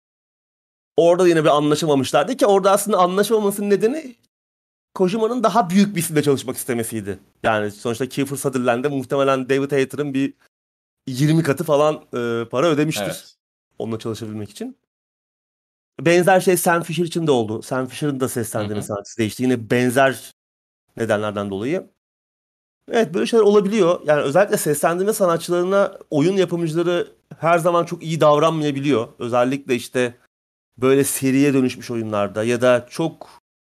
Orada yine bir anlaşamamışlardı, ki orada aslında anlaşamamasının nedeni Kojima'nın daha büyük bir isimle çalışmak istemesiydi. Yani sonuçta Kiefer Sutherland'e muhtemelen David Hayter'ın bir yirmi katı falan e, para ödemiştir Evet. onunla çalışabilmek için. Benzer şey Sam Fisher için de oldu. Sam Fisher'ın da Hı seslendirme hı. sanatçısı değişti. Yine benzer nedenlerden dolayı. Evet, böyle şeyler olabiliyor. Yani özellikle seslendirme sanatçılarına oyun yapımcıları her zaman çok iyi davranmayabiliyor. Özellikle işte böyle seriye dönüşmüş oyunlarda ya da çok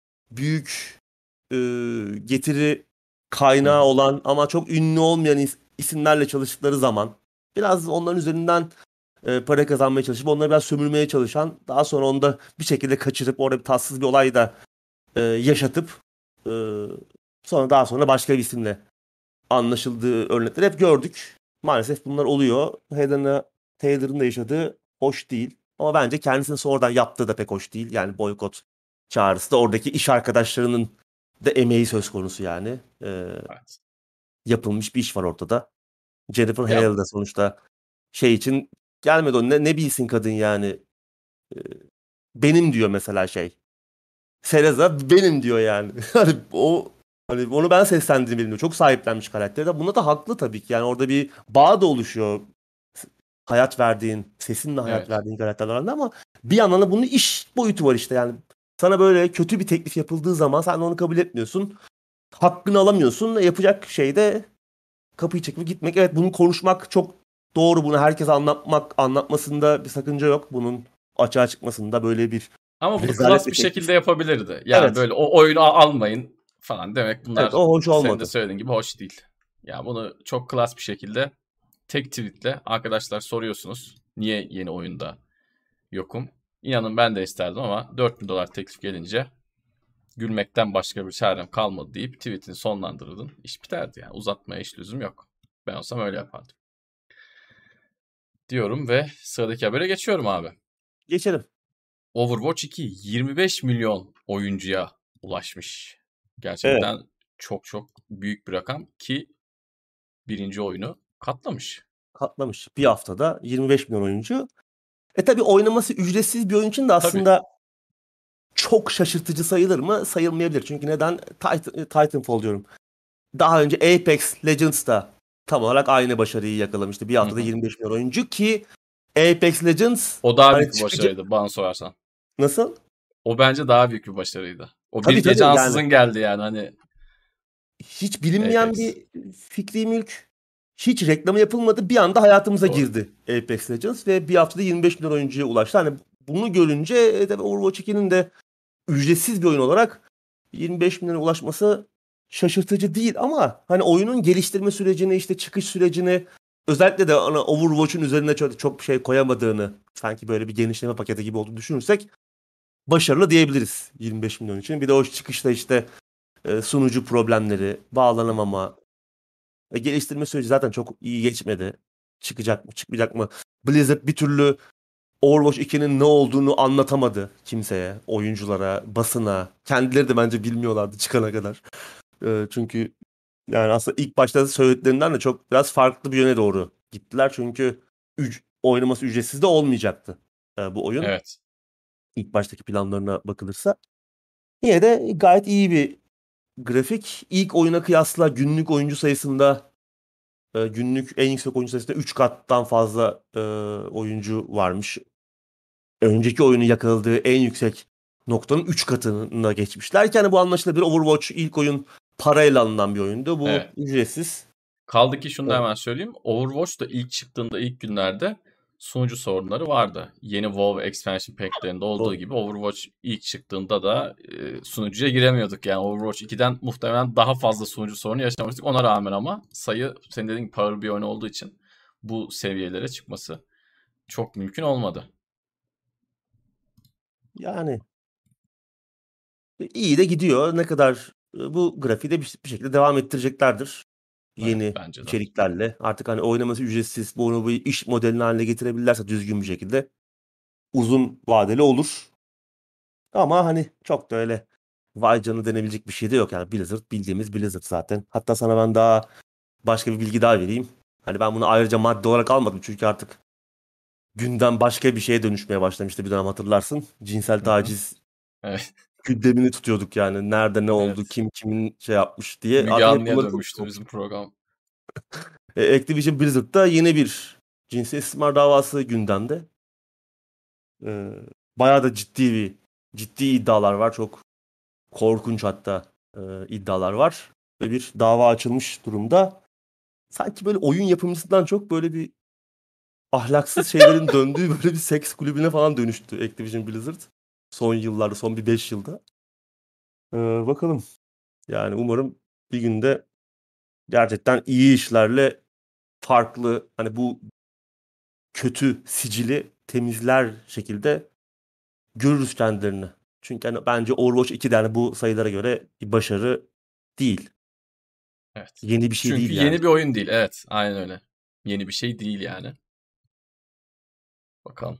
büyük e, getiri Hı kaynağı hı. olan ama çok ünlü olmayan is- isimlerle çalıştıkları zaman biraz onların üzerinden e, para kazanmaya çalışıp onları biraz sömürmeye çalışan, daha sonra onu da bir şekilde kaçırıp orada bir tatsız bir olay da e, yaşatıp e, sonra daha sonra başka bir isimle anlaşıldığı örnekleri hep gördük. Maalesef bunlar oluyor. Helena Taylor'ın da yaşadığı hoş değil. Ama bence kendisinin sonradan yaptığı da pek hoş değil. Yani boykot çağrısı da oradaki iş arkadaşlarının da emeği söz konusu yani. Ee, Evet. Yapılmış bir iş var ortada. Jennifer Ya Hale de sonuçta şey için gelmedi o. Ne, ne bilsin kadın yani. Ee, Benim diyor mesela şey. Cereza benim diyor yani. Hani o, hani onu ben seslendirdim diyor. Çok sahiplenmiş karakteri de. Buna da haklı tabii ki. Yani orada bir bağ da oluşuyor. Hayat verdiğin, sesinle hayat evet. verdiğin karakterler arasında, ama bir yandan da bunun iş boyutu var işte. Yani sana böyle kötü bir teklif yapıldığı zaman sen onu kabul etmiyorsun. Hakkını alamıyorsun. Yapacak şey de kapıyı çekip gitmek. Evet, bunu konuşmak çok doğru. Bunu herkese anlatmak, anlatmasında bir sakınca yok. Bunun açığa çıkmasında böyle bir Ama bunu rezalet klas bir bir teklif. şekilde yapabilirdi. Yani Evet. böyle o oyunu a- almayın falan demek, Evet, bunlar o hoş senin de olmadı. söylediğin gibi hoş değil. Ya bunu çok klas bir şekilde tek tweetle arkadaşlar soruyorsunuz. Niye yeni oyunda yokum? İnanın ben de isterdim ama dört bin dolar teklif gelince gülmekten başka bir çarem kalmadı deyip tweetini sonlandırırdın. İş biterdi yani. Uzatmaya hiç lüzum yok. Ben olsam öyle yapardım. Diyorum ve sıradaki habere geçiyorum abi. Geçelim. Overwatch iki yirmi beş milyon oyuncuya ulaşmış. Evet. Gerçekten çok çok büyük bir rakam, ki birinci oyunu katlamış. katlamış. Bir haftada yirmi beş milyon oyuncu. E tabii oynaması ücretsiz bir oyun için de aslında tabii. Çok şaşırtıcı sayılır mı? Sayılmayabilir. Çünkü neden? Titan, Titanfall diyorum. Daha önce Apex Legends da tam olarak aynı başarıyı yakalamıştı. Bir haftada hı hı. yirmi beş milyon oyuncu ki Apex Legends... O daha hani büyük bir çıkacak... başarıydı bana sorarsan. Nasıl? O bence daha büyük bir başarıydı. O tabii, bir tabii, gece ansızın yani. geldi yani hani. Hiç bilinmeyen Apex. Bir fikri mülk. Hiç reklamı yapılmadı. Bir anda hayatımıza Doğru. girdi Apex Legends ve bir haftada yirmi beş milyon oyuncuya ulaştı. Hani bunu görünce Overwatch ikinin de ücretsiz bir oyun olarak yirmi beş milyona ulaşması şaşırtıcı değil ama hani oyunun geliştirme sürecini, işte çıkış sürecini, özellikle de hani Overwatch'un üzerine çok, çok bir şey koyamadığını, sanki böyle bir genişleme paketi gibi olduğunu düşünürsek başarılı diyebiliriz yirmi beş milyon için. Bir de o çıkışta işte sunucu problemleri, bağlanamama, geliştirme süreci zaten çok iyi geçmedi. Çıkacak mı, çıkmayacak mı? Blizzard bir türlü Overwatch ikinin ne olduğunu anlatamadı kimseye, oyunculara, basına. Kendileri de bence bilmiyorlardı çıkana kadar. E, çünkü yani aslında ilk başta söylediklerinden de çok biraz farklı bir yöne doğru gittiler. Çünkü üc- oynaması ücretsiz de olmayacaktı e, bu oyun. Evet. İlk baştaki planlarına bakılırsa. Yine de gayet iyi bir grafik. İlk oyuna kıyasla günlük oyuncu sayısında e, günlük en yüksek oyuncu sayısında üç kattan fazla e, oyuncu varmış. Önceki oyunu yakaladığı en yüksek noktanın üç katına geçmişler. Yani bu anlaşılabilir. Overwatch ilk oyun parayla alınan bir oyundu. Bu evet. ücretsiz. Kaldı ki şunu da hemen söyleyeyim. Overwatch da ilk çıktığında ilk günlerde sunucu sorunları vardı. Yeni WoW expansion pack'lerinde olduğu Doğru. gibi Overwatch ilk çıktığında da e, sunucuya giremiyorduk. Yani Overwatch ikiden muhtemelen daha fazla sunucu sorunu yaşamıştık. Ona rağmen ama sayı senin dediğin gibi power bir oyun olduğu için bu seviyelere çıkması çok mümkün olmadı. Yani iyi de gidiyor. Ne kadar bu grafiği de bir, bir şekilde devam ettireceklerdir. Yeni evet, içeriklerle. Artık hani oynaması ücretsiz, bunu bir iş modelini haline getirebilirlerse düzgün bir şekilde uzun vadeli olur. Ama hani çok da öyle vay canı denebilecek bir şey de yok. Yani Blizzard bildiğimiz Blizzard zaten. Hatta sana ben daha başka bir bilgi daha vereyim. Hani ben bunu ayrıca madde olarak almadım çünkü artık gündem başka bir şeye dönüşmeye başlamıştı bir dönem hatırlarsın. Cinsel taciz evet. gündemini tutuyorduk yani. Nerede ne oldu, evet. kim kimin şey yapmış diye. Müge Anlı'ya dönmüştü bizim program. Activision Blizzard'da yeni bir cinsel istismar davası gündemde. Ee, bayağı da ciddi bir ciddi iddialar var. Çok korkunç hatta e, iddialar var. Ve bir dava açılmış durumda. Sanki böyle oyun yapımcısından çok böyle bir ahlaksız şeylerin döndüğü böyle bir seks kulübüne falan dönüştü Activision Blizzard. Son yıllarda, son bir beş yılda. Ee, bakalım. Yani umarım bir günde gerçekten iyi işlerle farklı, hani bu kötü sicili temizler şekilde görürüz kendilerini. Çünkü hani bence Overwatch iki de yani bu sayılara göre bir başarı değil. Evet. Yeni bir şey Çünkü değil yani. yani. Yeni bir oyun değil. Evet. Aynen öyle. Yeni bir şey değil yani. Bakalım.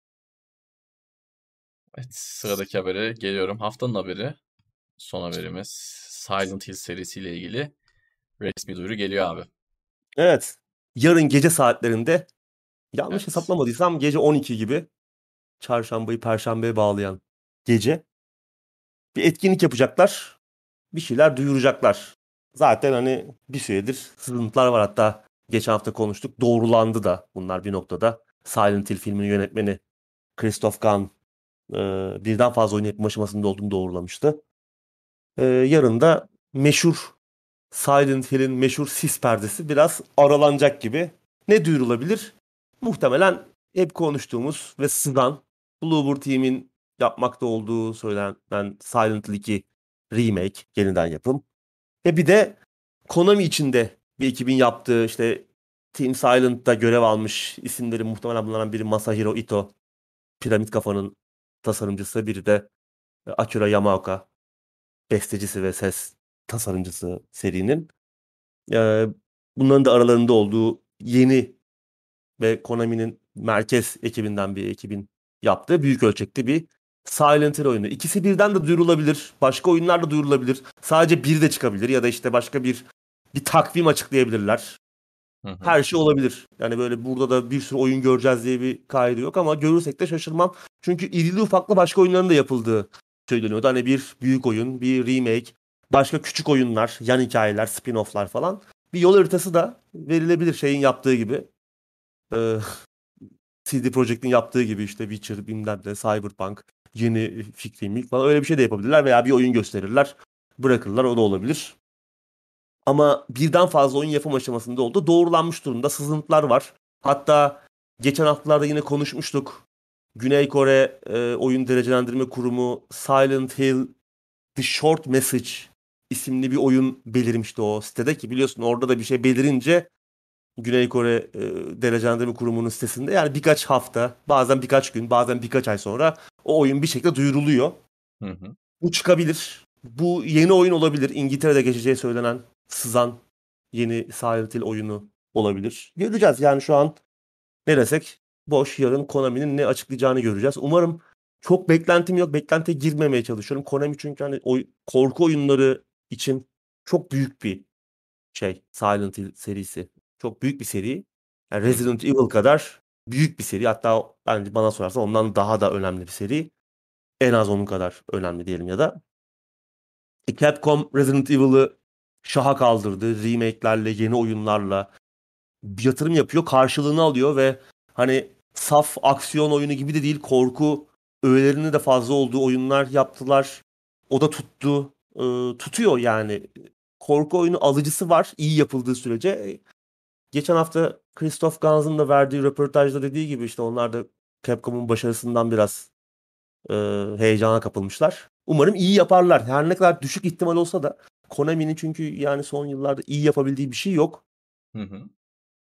Evet. Sıradaki habere geliyorum. Haftanın haberi. Son haberimiz. Silent Hill serisiyle ilgili resmi duyuru geliyor abi. Evet. Yarın gece saatlerinde, yanlış evet. hesaplamadıysam gece on iki gibi, çarşambayı perşembeye bağlayan gece bir etkinlik yapacaklar. Bir şeyler duyuracaklar. Zaten hani bir süredir sızıntılar var, hatta geçen hafta konuştuk. Doğrulandı da bunlar bir noktada. Silent Hill filminin yönetmeni Christoph Gans e, birden fazla oyun yapım aşamasında olduğunu doğrulamıştı. E, yarın da meşhur Silent Hill'in meşhur sis perdesi biraz aralanacak gibi. Ne duyurulabilir? Muhtemelen hep konuştuğumuz ve sızan Bloober Team'in yapmakta olduğu söylenen Silent Hill iki remake, yeniden yapım. Ve bir de Konami içinde bir ekibin yaptığı, işte Team Silent'ta görev almış isimlerin muhtemelen bunlardan biri Masahiro Ito, Piramit Kafa'nın tasarımcısı, biri de Akira Yamaoka, bestecisi ve ses tasarımcısı serinin. Ee, bunların da aralarında olduğu yeni ve Konami'nin merkez ekibinden bir ekibin yaptığı büyük ölçekli bir Silent Hill oyunu. İkisi birden de duyurulabilir. Başka oyunlar da duyurulabilir. Sadece biri de çıkabilir ya da işte başka bir bir takvim açıklayabilirler. Hı hı. Her şey olabilir. Yani böyle burada da bir sürü oyun göreceğiz diye bir kaydı yok ama görürsek de şaşırmam. Çünkü irili ufaklı başka oyunların da yapıldığı söyleniyordu. Hani bir büyük oyun, bir remake, başka küçük oyunlar, yan hikayeler, spin-off'lar falan. Bir yol haritası da verilebilir şeyin yaptığı gibi. Ee, C D Projekt'in yaptığı gibi işte Witcher, bilmem ne, Cyberpunk, yeni fikri falan öyle bir şey de yapabilirler veya bir oyun gösterirler, bırakırlar, o da olabilir. Ama birden fazla oyun yapım aşamasında oldu. Doğrulanmış durumda. Sızıntılar var. Hatta geçen haftalarda yine konuşmuştuk. Güney Kore e, Oyun Derecelendirme Kurumu Silent Hill The Short Message isimli bir oyun belirmişti o sitede ki biliyorsun orada da bir şey belirince Güney Kore e, Derecelendirme Kurumu'nun sitesinde yani birkaç hafta, bazen birkaç gün, bazen birkaç ay sonra o oyun bir şekilde duyuruluyor. Hı hı. Bu çıkabilir. Bu yeni oyun olabilir. İngiltere'de geçeceği söylenen sızan yeni Silent Hill oyunu olabilir. Göreceğiz yani şu an ne desek boş. Yarın Konami'nin ne açıklayacağını göreceğiz. Umarım çok beklentim yok. Beklentiye girmemeye çalışıyorum. Konami çünkü hani oy- korku oyunları için çok büyük bir şey. Silent Hill serisi. Çok büyük bir seri. Yani Hı hı. Resident Evil kadar büyük bir seri. Hatta bence bana sorarsan ondan daha da önemli bir seri. En az onun kadar önemli diyelim ya da. E, Capcom Resident Evil'ı şaha kaldırdı. Remake'lerle, yeni oyunlarla bir yatırım yapıyor, karşılığını alıyor ve hani saf aksiyon oyunu gibi de değil, korku öğelerinin de fazla olduğu oyunlar yaptılar. O da tuttu. Ee, tutuyor yani. Korku oyunu alıcısı var, iyi yapıldığı sürece. E, Geçen hafta Christoph Gans'ın da verdiği röportajda dediği gibi işte onlar da Capcom'un başarısından biraz e, heyecana kapılmışlar. Umarım iyi yaparlar. Her ne kadar düşük ihtimal olsa da Konami'nin çünkü yani son yıllarda iyi yapabildiği bir şey yok. Hı hı.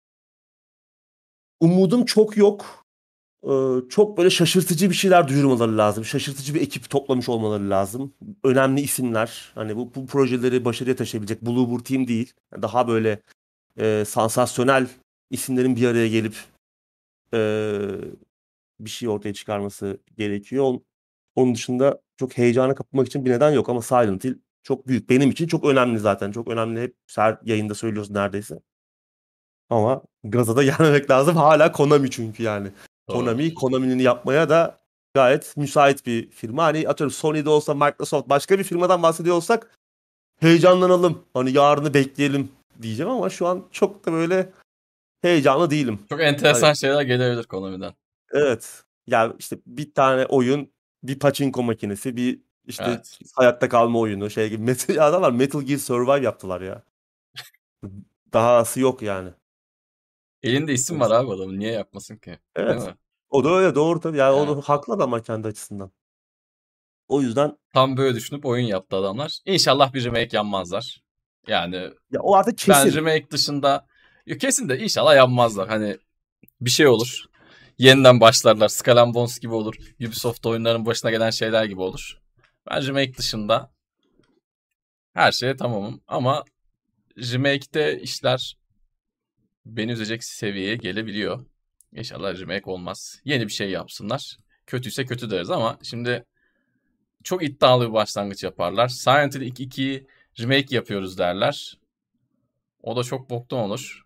Umudum çok yok. Ee, çok böyle şaşırtıcı bir şeyler duyurmaları lazım. Şaşırtıcı bir ekip toplamış olmaları lazım. Önemli isimler. Hani bu, bu projeleri başarıya taşıyabilecek Bloober Team değil. Daha böyle e, sansasyonel isimlerin bir araya gelip e, bir şey ortaya çıkarması gerekiyor. Onun, onun dışında çok heyecana kapılmak için bir neden yok ama Silent Hill çok büyük. Benim için çok önemli zaten. Çok önemli. Hep her yayında söylüyoruz neredeyse. Ama gaza da gelmemek lazım. Hala Konami çünkü yani. Doğru. Konami, Konami'nin yapmaya da gayet müsait bir firma. Hani atıyorum Sony'de olsa, Microsoft başka bir firmadan bahsediyor olsak heyecanlanalım. Hani yarını bekleyelim diyeceğim ama şu an çok da böyle heyecanlı değilim. Çok Hani enteresan şeyler gelebilir Konami'den. evet. Yani işte bir tane oyun, bir pachinko makinesi, bir işte Evet. hayatta kalma oyunu şey gibi. Metal, ya adamlar Metal Gear Survive yaptılar ya. Dahası yok yani. Elinde isim var abi adamın. Niye yapmasın ki? Değil Evet. mi? O da öyle doğru tabii. Yani Yani onu haklı ama kendi açısından. O yüzden tam böyle düşünüp oyun yaptı adamlar. İnşallah bir remake yapmazlar. Yani ya o artık ben kesin. remake dışında ya kesin de inşallah yapmazlar. Hani bir şey olur. Yeniden başlarlar. Skull and Bones gibi olur. Ubisoft oyunların başına gelen şeyler gibi olur. Ben remake dışında her şeye tamamım. Ama remake'te işler beni üzecek seviyeye gelebiliyor. İnşallah remake olmaz. Yeni bir şey yapsınlar. Kötüyse kötü deriz ama şimdi çok iddialı bir başlangıç yaparlar. Silent Hill ikiyi remake yapıyoruz derler. O da çok boktan olur.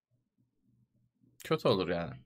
Kötü olur yani.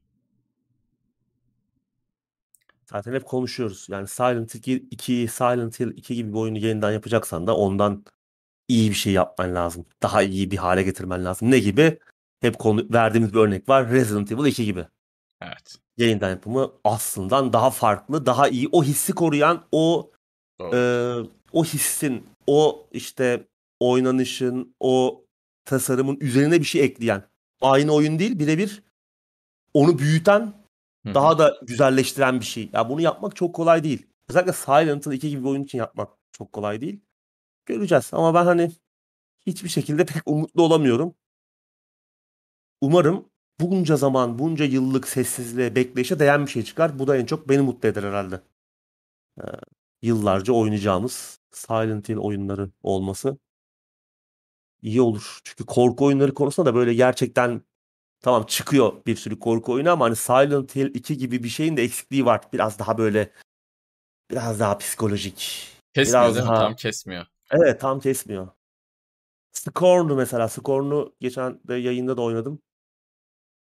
Zaten hep konuşuyoruz. Yani Silent Hill iki, Silent Hill iki gibi bir oyunu yeniden yapacaksan da ondan iyi bir şey yapman lazım. Daha iyi bir hale getirmen lazım. Ne gibi? Hep konu verdiğimiz bir örnek var. Resident Evil iki gibi. Evet. Yeniden yapımı aslında daha farklı, daha iyi. O hissi koruyan, o e, Doğru. o hissin, o işte oynanışın, o tasarımın üzerine bir şey ekleyen. Aynı oyun değil, birebir onu büyüten, Hı hı. daha da güzelleştiren bir şey. Ya bunu yapmak çok kolay değil. Özellikle Silent Hill iki gibi bir oyun için yapmak çok kolay değil. Göreceğiz ama ben hani hiçbir şekilde pek umutlu olamıyorum. Umarım bunca zaman, bunca yıllık sessizliğe, bekleyişe değen bir şey çıkar. Bu da en çok beni mutlu eder herhalde. Ee, Yıllarca oynayacağımız Silent Hill oyunları olması iyi olur. Çünkü korku oyunları konusunda da böyle gerçekten tamam çıkıyor bir sürü korku oyunu ama hani Silent Hill iki gibi bir şeyin de eksikliği var. Biraz daha böyle biraz daha psikolojik. Kesmiyor Biraz değil mi? daha Tam kesmiyor. evet tam kesmiyor. Scorn'u mesela Scorn'u geçen de yayında da oynadım.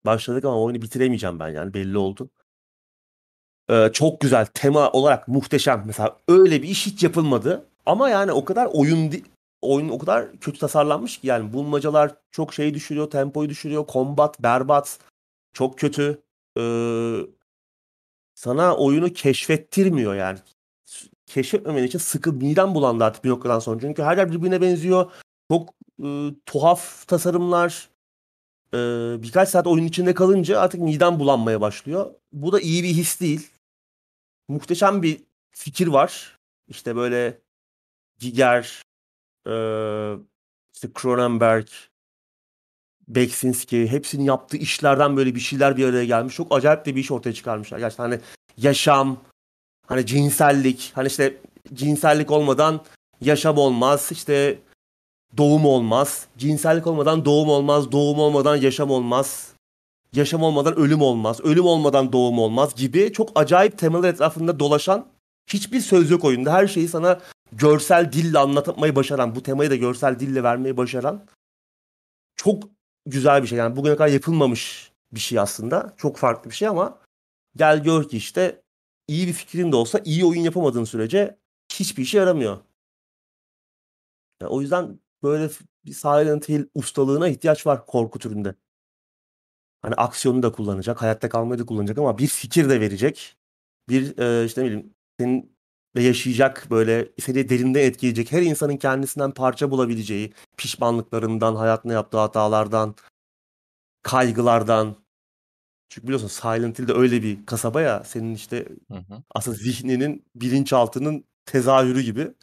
başladık ama oyunu bitiremeyeceğim ben yani belli oldu. Ee, çok güzel tema olarak muhteşem. Mesela öyle bir iş hiç yapılmadı. Ama yani o kadar oyun di- oyun o kadar kötü tasarlanmış ki yani bulmacalar çok şey düşürüyor, tempoyu düşürüyor, kombat berbat, çok kötü. Ee, Sana oyunu keşfettirmiyor yani. S- Keşfetmemen için sıkı miden bulandı artık bir noktadan sonra. Çünkü her yer birbirine benziyor. Çok e, tuhaf tasarımlar. E, birkaç saat oyunun içinde kalınca artık miden bulanmaya başlıyor. Bu da iyi bir his değil. Muhteşem bir fikir var. İşte böyle Giger, e, işte Cronenberg, Beksinski hepsinin yaptığı işlerden böyle bir şeyler bir araya gelmiş. Çok acayip de bir iş ortaya çıkarmışlar. Gerçekten hani yaşam, hani cinsellik, hani işte cinsellik olmadan yaşam olmaz, işte doğum olmaz. Cinsellik olmadan doğum olmaz, doğum olmadan yaşam olmaz. Yaşam olmadan ölüm olmaz, ölüm olmadan doğum olmaz gibi çok acayip temalar etrafında dolaşan hiçbir söz yok oyunda. Her şeyi sana görsel dille anlatmayı başaran, bu temayı da görsel dille vermeyi başaran çok güzel bir şey. Yani bugüne kadar yapılmamış bir şey aslında. Çok farklı bir şey ama gel gör ki işte iyi bir fikrin de olsa iyi oyun yapamadığın sürece hiçbir işe yaramıyor. Yani o yüzden böyle bir Silent Hill ustalığına ihtiyaç var korku türünde. Hani aksiyonu da kullanacak, hayatta kalmayı da kullanacak ama bir fikir de verecek. Bir e, işte ne bileyim senin de yaşayacak böyle seni derinden etkileyecek her insanın kendisinden parça bulabileceği pişmanlıklarından, hayatında yaptığı hatalardan, kaygılardan. Çünkü biliyorsun Silent Hill de öyle bir kasaba ya senin işte Hı hı. aslında zihninin bilinçaltının tezahürü gibi.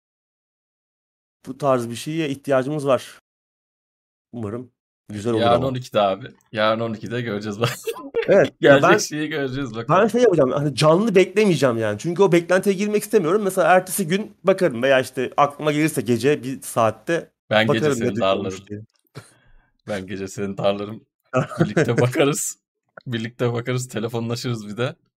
Bu tarz bir şeye ihtiyacımız var. Umarım güzel olur Yarın ama. on ikide abi. Yarın on ikide göreceğiz bak. Evet ya Gelecek ben şeyi göreceğiz ben bakalım. şey yapacağım hani canlı beklemeyeceğim yani. Çünkü o beklentiye girmek istemiyorum. Mesela ertesi gün bakarım veya işte aklıma gelirse gece bir saatte Ben gece bakarım ne seni dönüyormuş darlarım. diye. Ben gece seni darlarım. Birlikte bakarız. Birlikte bakarız. Telefonlaşırız bir de.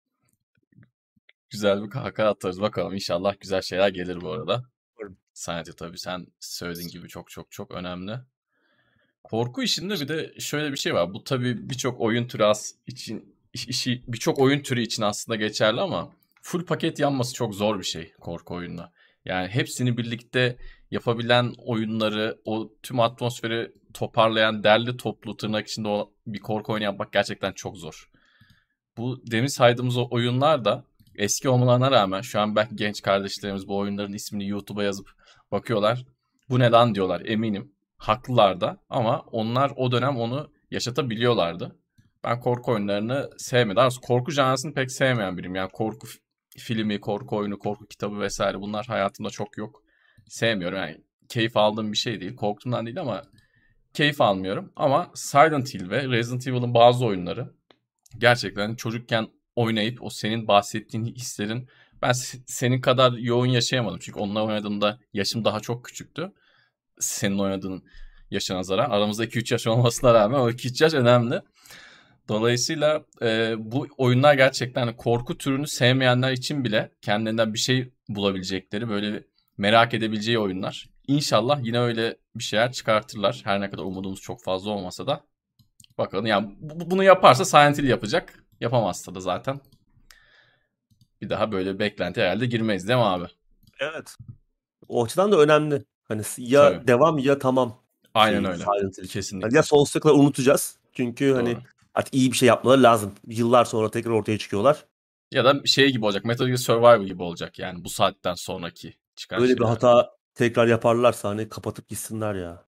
Güzel bir kahkaha atarız. Bakalım inşallah güzel şeyler gelir bu arada. Sanatı tabii sen söylediğin gibi çok çok çok önemli. Korku işinde bir de şöyle bir şey var. Bu tabii birçok oyun türü as için iş- işi birçok oyun türü için aslında geçerli ama full paket yanması çok zor bir şey korku oyununa. Yani hepsini birlikte yapabilen oyunları, o tüm atmosferi toparlayan derli toplu tırnak içinde o bir korku oyunu yapmak gerçekten çok zor. Bu demin saydığımız o oyunlar da eski olmalarına rağmen şu an belki genç kardeşlerimiz bu oyunların ismini YouTube'a yazıp bakıyorlar. Bu ne lan diyorlar eminim. Haklılar da ama onlar o dönem onu yaşatabiliyorlardı. Ben korku oyunlarını sevmedim. Daha doğrusu korku janrasını pek sevmeyen biriyim. Yani korku f- filmi, korku oyunu, korku kitabı vesaire bunlar hayatımda çok yok. Sevmiyorum yani keyif aldığım bir şey değil. Korktuğumdan değil ama keyif almıyorum. Ama Silent Hill ve Resident Evil'ın bazı oyunları gerçekten çocukken oynayıp o senin bahsettiğin hislerin ben senin kadar yoğun yaşayamadım. Çünkü onunla oynadığımda yaşım daha çok küçüktü. Senin oynadığın yaşa nazaran. Aramızda iki üç yaş olmasına rağmen o iki üç yaş önemli. Dolayısıyla e, bu oyunlar gerçekten korku türünü sevmeyenler için bile kendilerinden bir şey bulabilecekleri böyle merak edebileceği oyunlar. İnşallah yine öyle bir şeyler çıkartırlar. Her ne kadar umudumuz çok fazla olmasa da. Bakalım yani bunu yaparsa Silent Hill yapacak. Yapamazsa da zaten bir daha böyle beklenti herhalde girmeyiz değil mi abi? Evet. O açıdan da önemli. Hani Tabii. ya devam ya tamam Aynen şeyi öyle. Silent Hill için. Hani ya Kesinlikle. sonsuza kadar unutacağız. Çünkü Doğru. hani artık iyi bir şey yapmaları lazım. Yıllar sonra tekrar ortaya çıkıyorlar. Ya da şey gibi olacak. Metal Gear Survival gibi olacak yani bu saatten sonraki çıkan Öyle bir şeyler. hata tekrar yaparlarsa hani kapatıp gitsinler ya.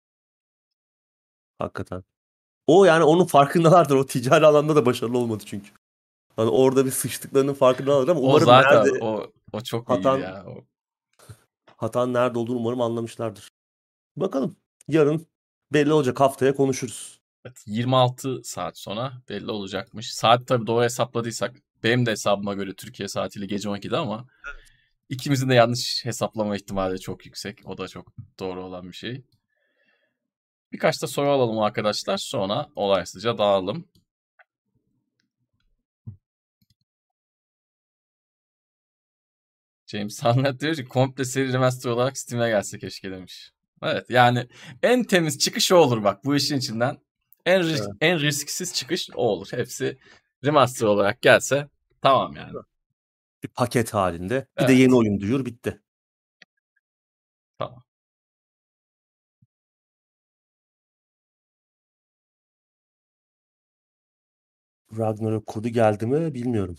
Hakikaten. O yani onun farkındalardır. O ticari alanda da başarılı olmadı çünkü. Hani orada bir sıçtıklarının farkındalardır ama O umarım zaten nerede o o çok iyiydi hatan ya. O. hatan nerede olduğunu umarım anlamışlardır. Bakalım. Yarın belli olacak. Haftaya konuşuruz. Evet, yirmi altı saat sonra belli olacakmış. Saat tabii doğru hesapladıysak benim de hesabıma göre Türkiye saatiyle gece on ikide ama ikimizin de yanlış hesaplama ihtimali çok yüksek. O da çok doğru olan bir şey. Birkaç da soru alalım arkadaşlar. Sonra olaysızca dağılalım. James Sunnet diyor ki komple seri remaster olarak Steam'e gelse keşke demiş. Evet yani en temiz çıkış o olur bak bu işin içinden. En risk, Evet. en risksiz çıkış o olur. Hepsi remaster olarak gelse tamam yani. Bir paket halinde. Bir de Evet. yeni oyun duyur, bitti. Tamam. Ragnarok kodu geldi mi bilmiyorum.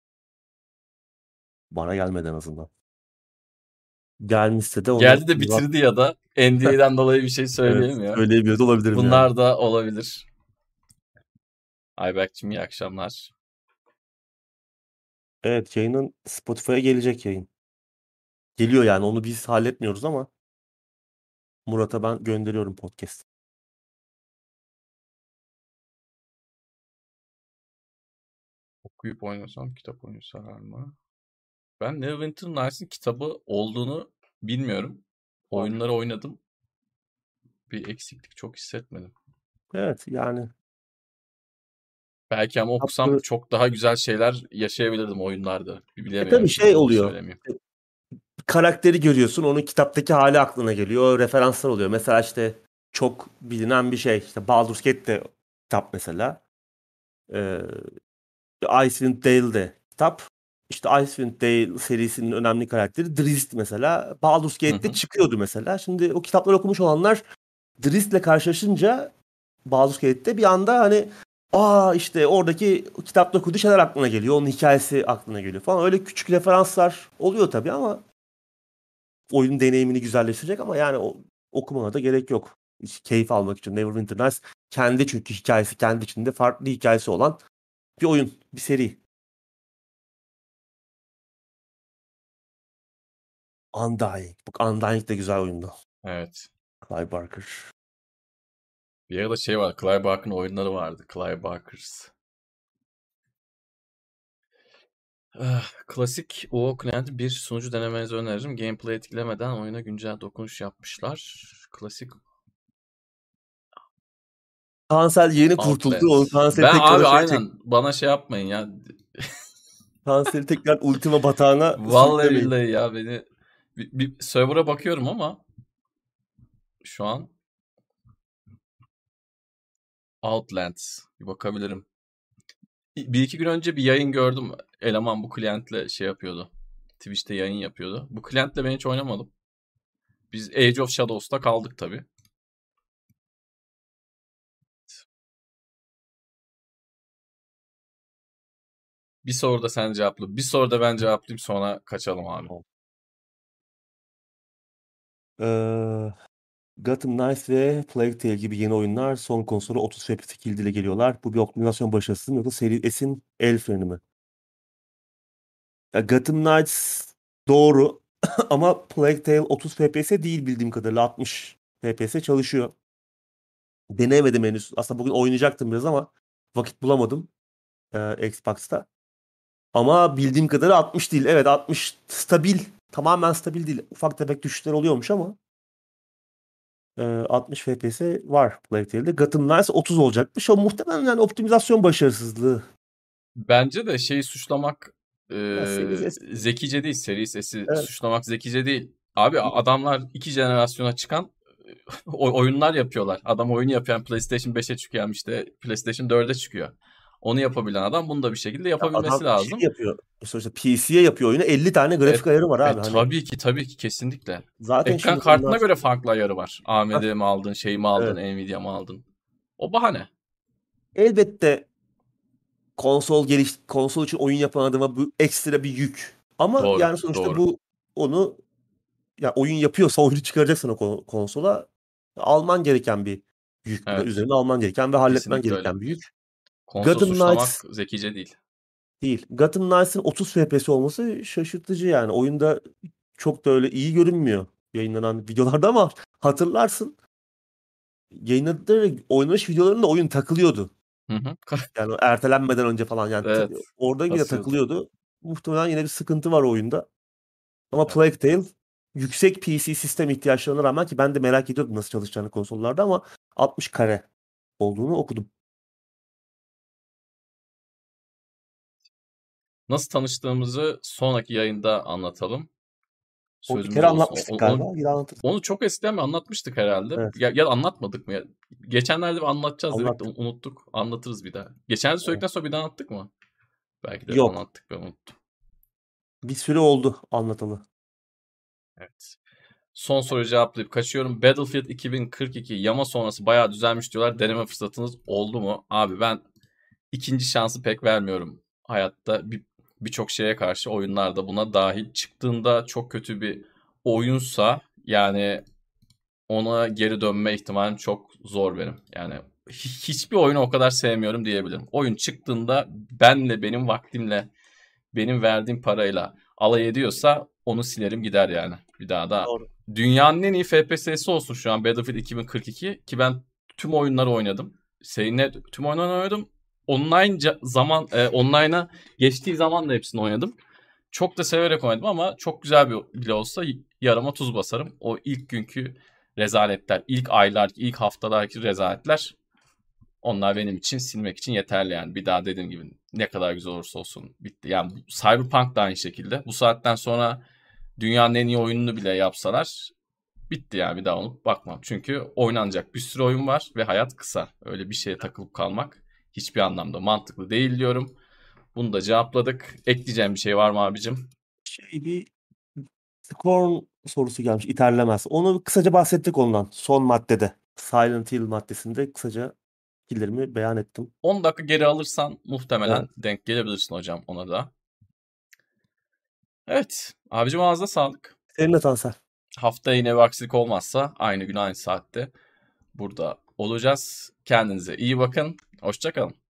Bana gelmedi en azından. Gelmişse de onu Geldi de bitirdi ya da N D A'den dolayı bir şey evet, söyleyemiyor. söyleyemiyor da olabilirim yani. Bunlar da olabilir. Ayberk'cim iyi akşamlar. Evet, yayının Spotify'a gelecek yayın. Geliyor yani, onu biz halletmiyoruz ama Murat'a ben gönderiyorum podcast. Okuyup oynasam kitap oyunu sarar mı? Ben Neverwinter Nights'ın kitabı olduğunu bilmiyorum. Var. Oyunları oynadım. Bir eksiklik çok hissetmedim. Evet yani. Belki ama okusam Kitapları, çok daha güzel şeyler yaşayabilirdim oyunlarda. e tabii Bilemiyorum şimdi. şey Onu oluyor. söylemeyeyim. Karakteri görüyorsun, onun kitaptaki hali aklına geliyor. O referanslar oluyor. Mesela işte çok bilinen bir şey. İşte Baldur's Gate de kitap mesela. Ee, Icewind Dale de kitap. İşte Icewind Dale serisinin önemli karakteri Drizzt mesela. Baldur's Hı Gate'de hı. çıkıyordu mesela. Şimdi o kitapları okumuş olanlar Drizzt'le karşılaşınca Baldur's Gate'de bir anda hani aa işte oradaki kitapta okuduğu şeyler aklına geliyor. Onun hikayesi aklına geliyor falan. Öyle küçük referanslar oluyor tabii ama oyun deneyimini güzelleştirecek ama yani o, okumana da gerek yok. Hiç keyif almak için Neverwinter Nights kendi çünkü hikayesi kendi içinde farklı hikayesi olan bir oyun, bir seri. Undying. Bak Undying de güzel oyundu. Evet. Clive Barker. Bir arada şey var. Clive Barker'ın oyunları vardı. Clive Barker's. Ah, klasik U O klienti bir sunucu denemenizi öneririm. Gameplay etkilemeden oyuna güncel dokunuş yapmışlar. Klasik Cancel yeni kurtuldu. Outland. Onun kanseri Ben tekrar o abi şeye çek. aynen bana şey yapmayın ya. Kanseri tekrar Ultima batağına Vallahi sürüklemeyin. billahi ya beni bir, bir server'a bakıyorum ama şu an Outlands bir bakabilirim. Bir iki gün önce bir yayın gördüm. Eleman bu klientle şey yapıyordu. Twitch'te yayın yapıyordu. Bu klientle ben hiç oynamadım. Biz Age of Shadows'ta kaldık tabii. Bir soru da sen cevapla. Bir soru da ben cevaplayayım sonra kaçalım abi. Ee, Gotham Knights ve Plague Tale gibi yeni oyunlar son konsola otuz F P S kill ile geliyorlar. Bu bir optimizasyon başarısı mı yoksa Series S'in el freni mi? Ya Gotham Knights doğru ama Plague Tale otuz F P S değil bildiğim kadarıyla altmış F P S çalışıyor. Denemedim henüz. Aslında bugün oynayacaktım biraz ama vakit bulamadım e, Xbox'ta. Ama bildiğim kadarıyla altmış değil. Evet altmış stabil. Tamamen stabil değil. Ufak tefek düşüşler oluyormuş ama e, altmış F P S var Plague Tale'de. Gotham Knights otuz olacakmış. O muhtemelen yani optimizasyon başarısızlığı. Bence de şeyi suçlamak Ya e, Series S. zekice değil. Series S'i Evet. suçlamak zekice değil. Abi adamlar iki jenerasyona çıkan o- oyunlar yapıyorlar. Adam oyunu yapan PlayStation beşe çıkıyor işte PlayStation dörde çıkıyor. Onu yapabilen adam bunu da bir şekilde Ya yapabilmesi adam şey lazım. yapıyor. Sonuçta P C'ye yapıyor oyunu. elli tane E, grafik ayarı var e abi. Hani tabii ki tabii ki kesinlikle. zaten Ekran şimdi kartına onlar göre farklı ayarı var. A M D mi aldın, şey mi aldın, evet. Nvidia mı aldın? O bahane. Elbette konsol geliş konsol için oyun yapan adama bu ekstra bir yük. Ama Doğru, yani sonuçta doğru. bu onu ya oyun yapıyorsa oyunu çıkaracaksan o kon- konsola alman gereken bir yük bu da. Evet, Üzerine alman gereken ve halletmen kesinlikle öyle. gereken bir yük. Konsol Gotham Knights suçlamak zekice değil. değil. Gotham Knights'ın otuz F P S olması şaşırtıcı yani. Oyunda çok da öyle iyi görünmüyor yayınlanan videolarda ama hatırlarsın yayınladıkları oynanış videolarında oyun takılıyordu. Hı hı. Yani o ertelenmeden önce falan yani ta- Evet, orada yine kasıyordu. takılıyordu. Muhtemelen yine bir sıkıntı var oyunda. Ama Evet. Plague Tale yüksek P C sistem ihtiyaçlarına rağmen ki ben de merak ediyordum nasıl çalışacağını konsollarda ama altmış kare olduğunu okudum. Nasıl tanıştığımızı sonraki yayında anlatalım. O bir Sözümüz kere olsun. anlatmıştık O- Onu, galiba. Yine anlatırız. onu çok eskiden mi anlatmıştık herhalde. Evet. Ya, ya anlatmadık mı? Ya, geçenlerde bir anlatacağız dedik de Anlattık. unuttuk. Anlatırız bir daha. Geçen de Evet. söyledikten sonra bir daha anlattık mı? Belki de Yok. anlattık, ben unuttum. Bir süre oldu anlatalı. Evet. Son soruyu cevaplayıp kaçıyorum. Battlefield iki bin kırk iki yama sonrası bayağı düzelmiş diyorlar. Deneme fırsatınız oldu mu? Abi ben ikinci şansı pek vermiyorum. Hayatta bir birçok şeye karşı, oyunlarda buna dahil. Çıktığında çok kötü bir oyunsa yani ona geri dönme ihtimalim çok zor benim. Yani hi- hiçbir oyunu o kadar sevmiyorum diyebilirim. Oyun çıktığında benle, benim vaktimle, benim verdiğim parayla alay ediyorsa onu silerim gider yani. Bir daha da Doğru. dünyanın en iyi F P S'si olsun şu an Battlefield iki bin kırk iki ki ben tüm oyunları oynadım. Seninle tüm oyunları oynadım. Online ca- zaman e, online'a geçtiği zaman da hepsini oynadım. Çok da severek oynadım ama çok güzel bir bile olsa yarama tuz basarım. O ilk günkü rezaletler, ilk aylar, ilk haftalardaki rezaletler, onlar benim için silmek için yeterli yani. Bir daha dediğim gibi ne kadar güzel olursa olsun bitti. Yani Cyberpunk da aynı şekilde. Bu saatten sonra dünyanın en iyi oyununu bile yapsalar bitti yani, bir daha onu bakmam. Çünkü oynanacak bir sürü oyun var ve hayat kısa. Öyle bir şeye takılıp kalmak hiçbir anlamda mantıklı değil diyorum. Bunu da cevapladık. Ekleyeceğim bir şey var mı abicim? Şey bir Scorn sorusu gelmiş. İterlemez. Onu kısaca bahsettik ondan. Son maddede. Silent Hill maddesinde kısaca fikirlerimi beyan ettim. on dakika geri alırsan muhtemelen Evet. denk gelebilirsin hocam ona da. Evet. Abicim ağzına sağlık. Seninle Tansel. Haftaya yine bir aksilik olmazsa aynı gün aynı saatte burada olacağız. Kendinize iyi bakın. Hoşça kalın.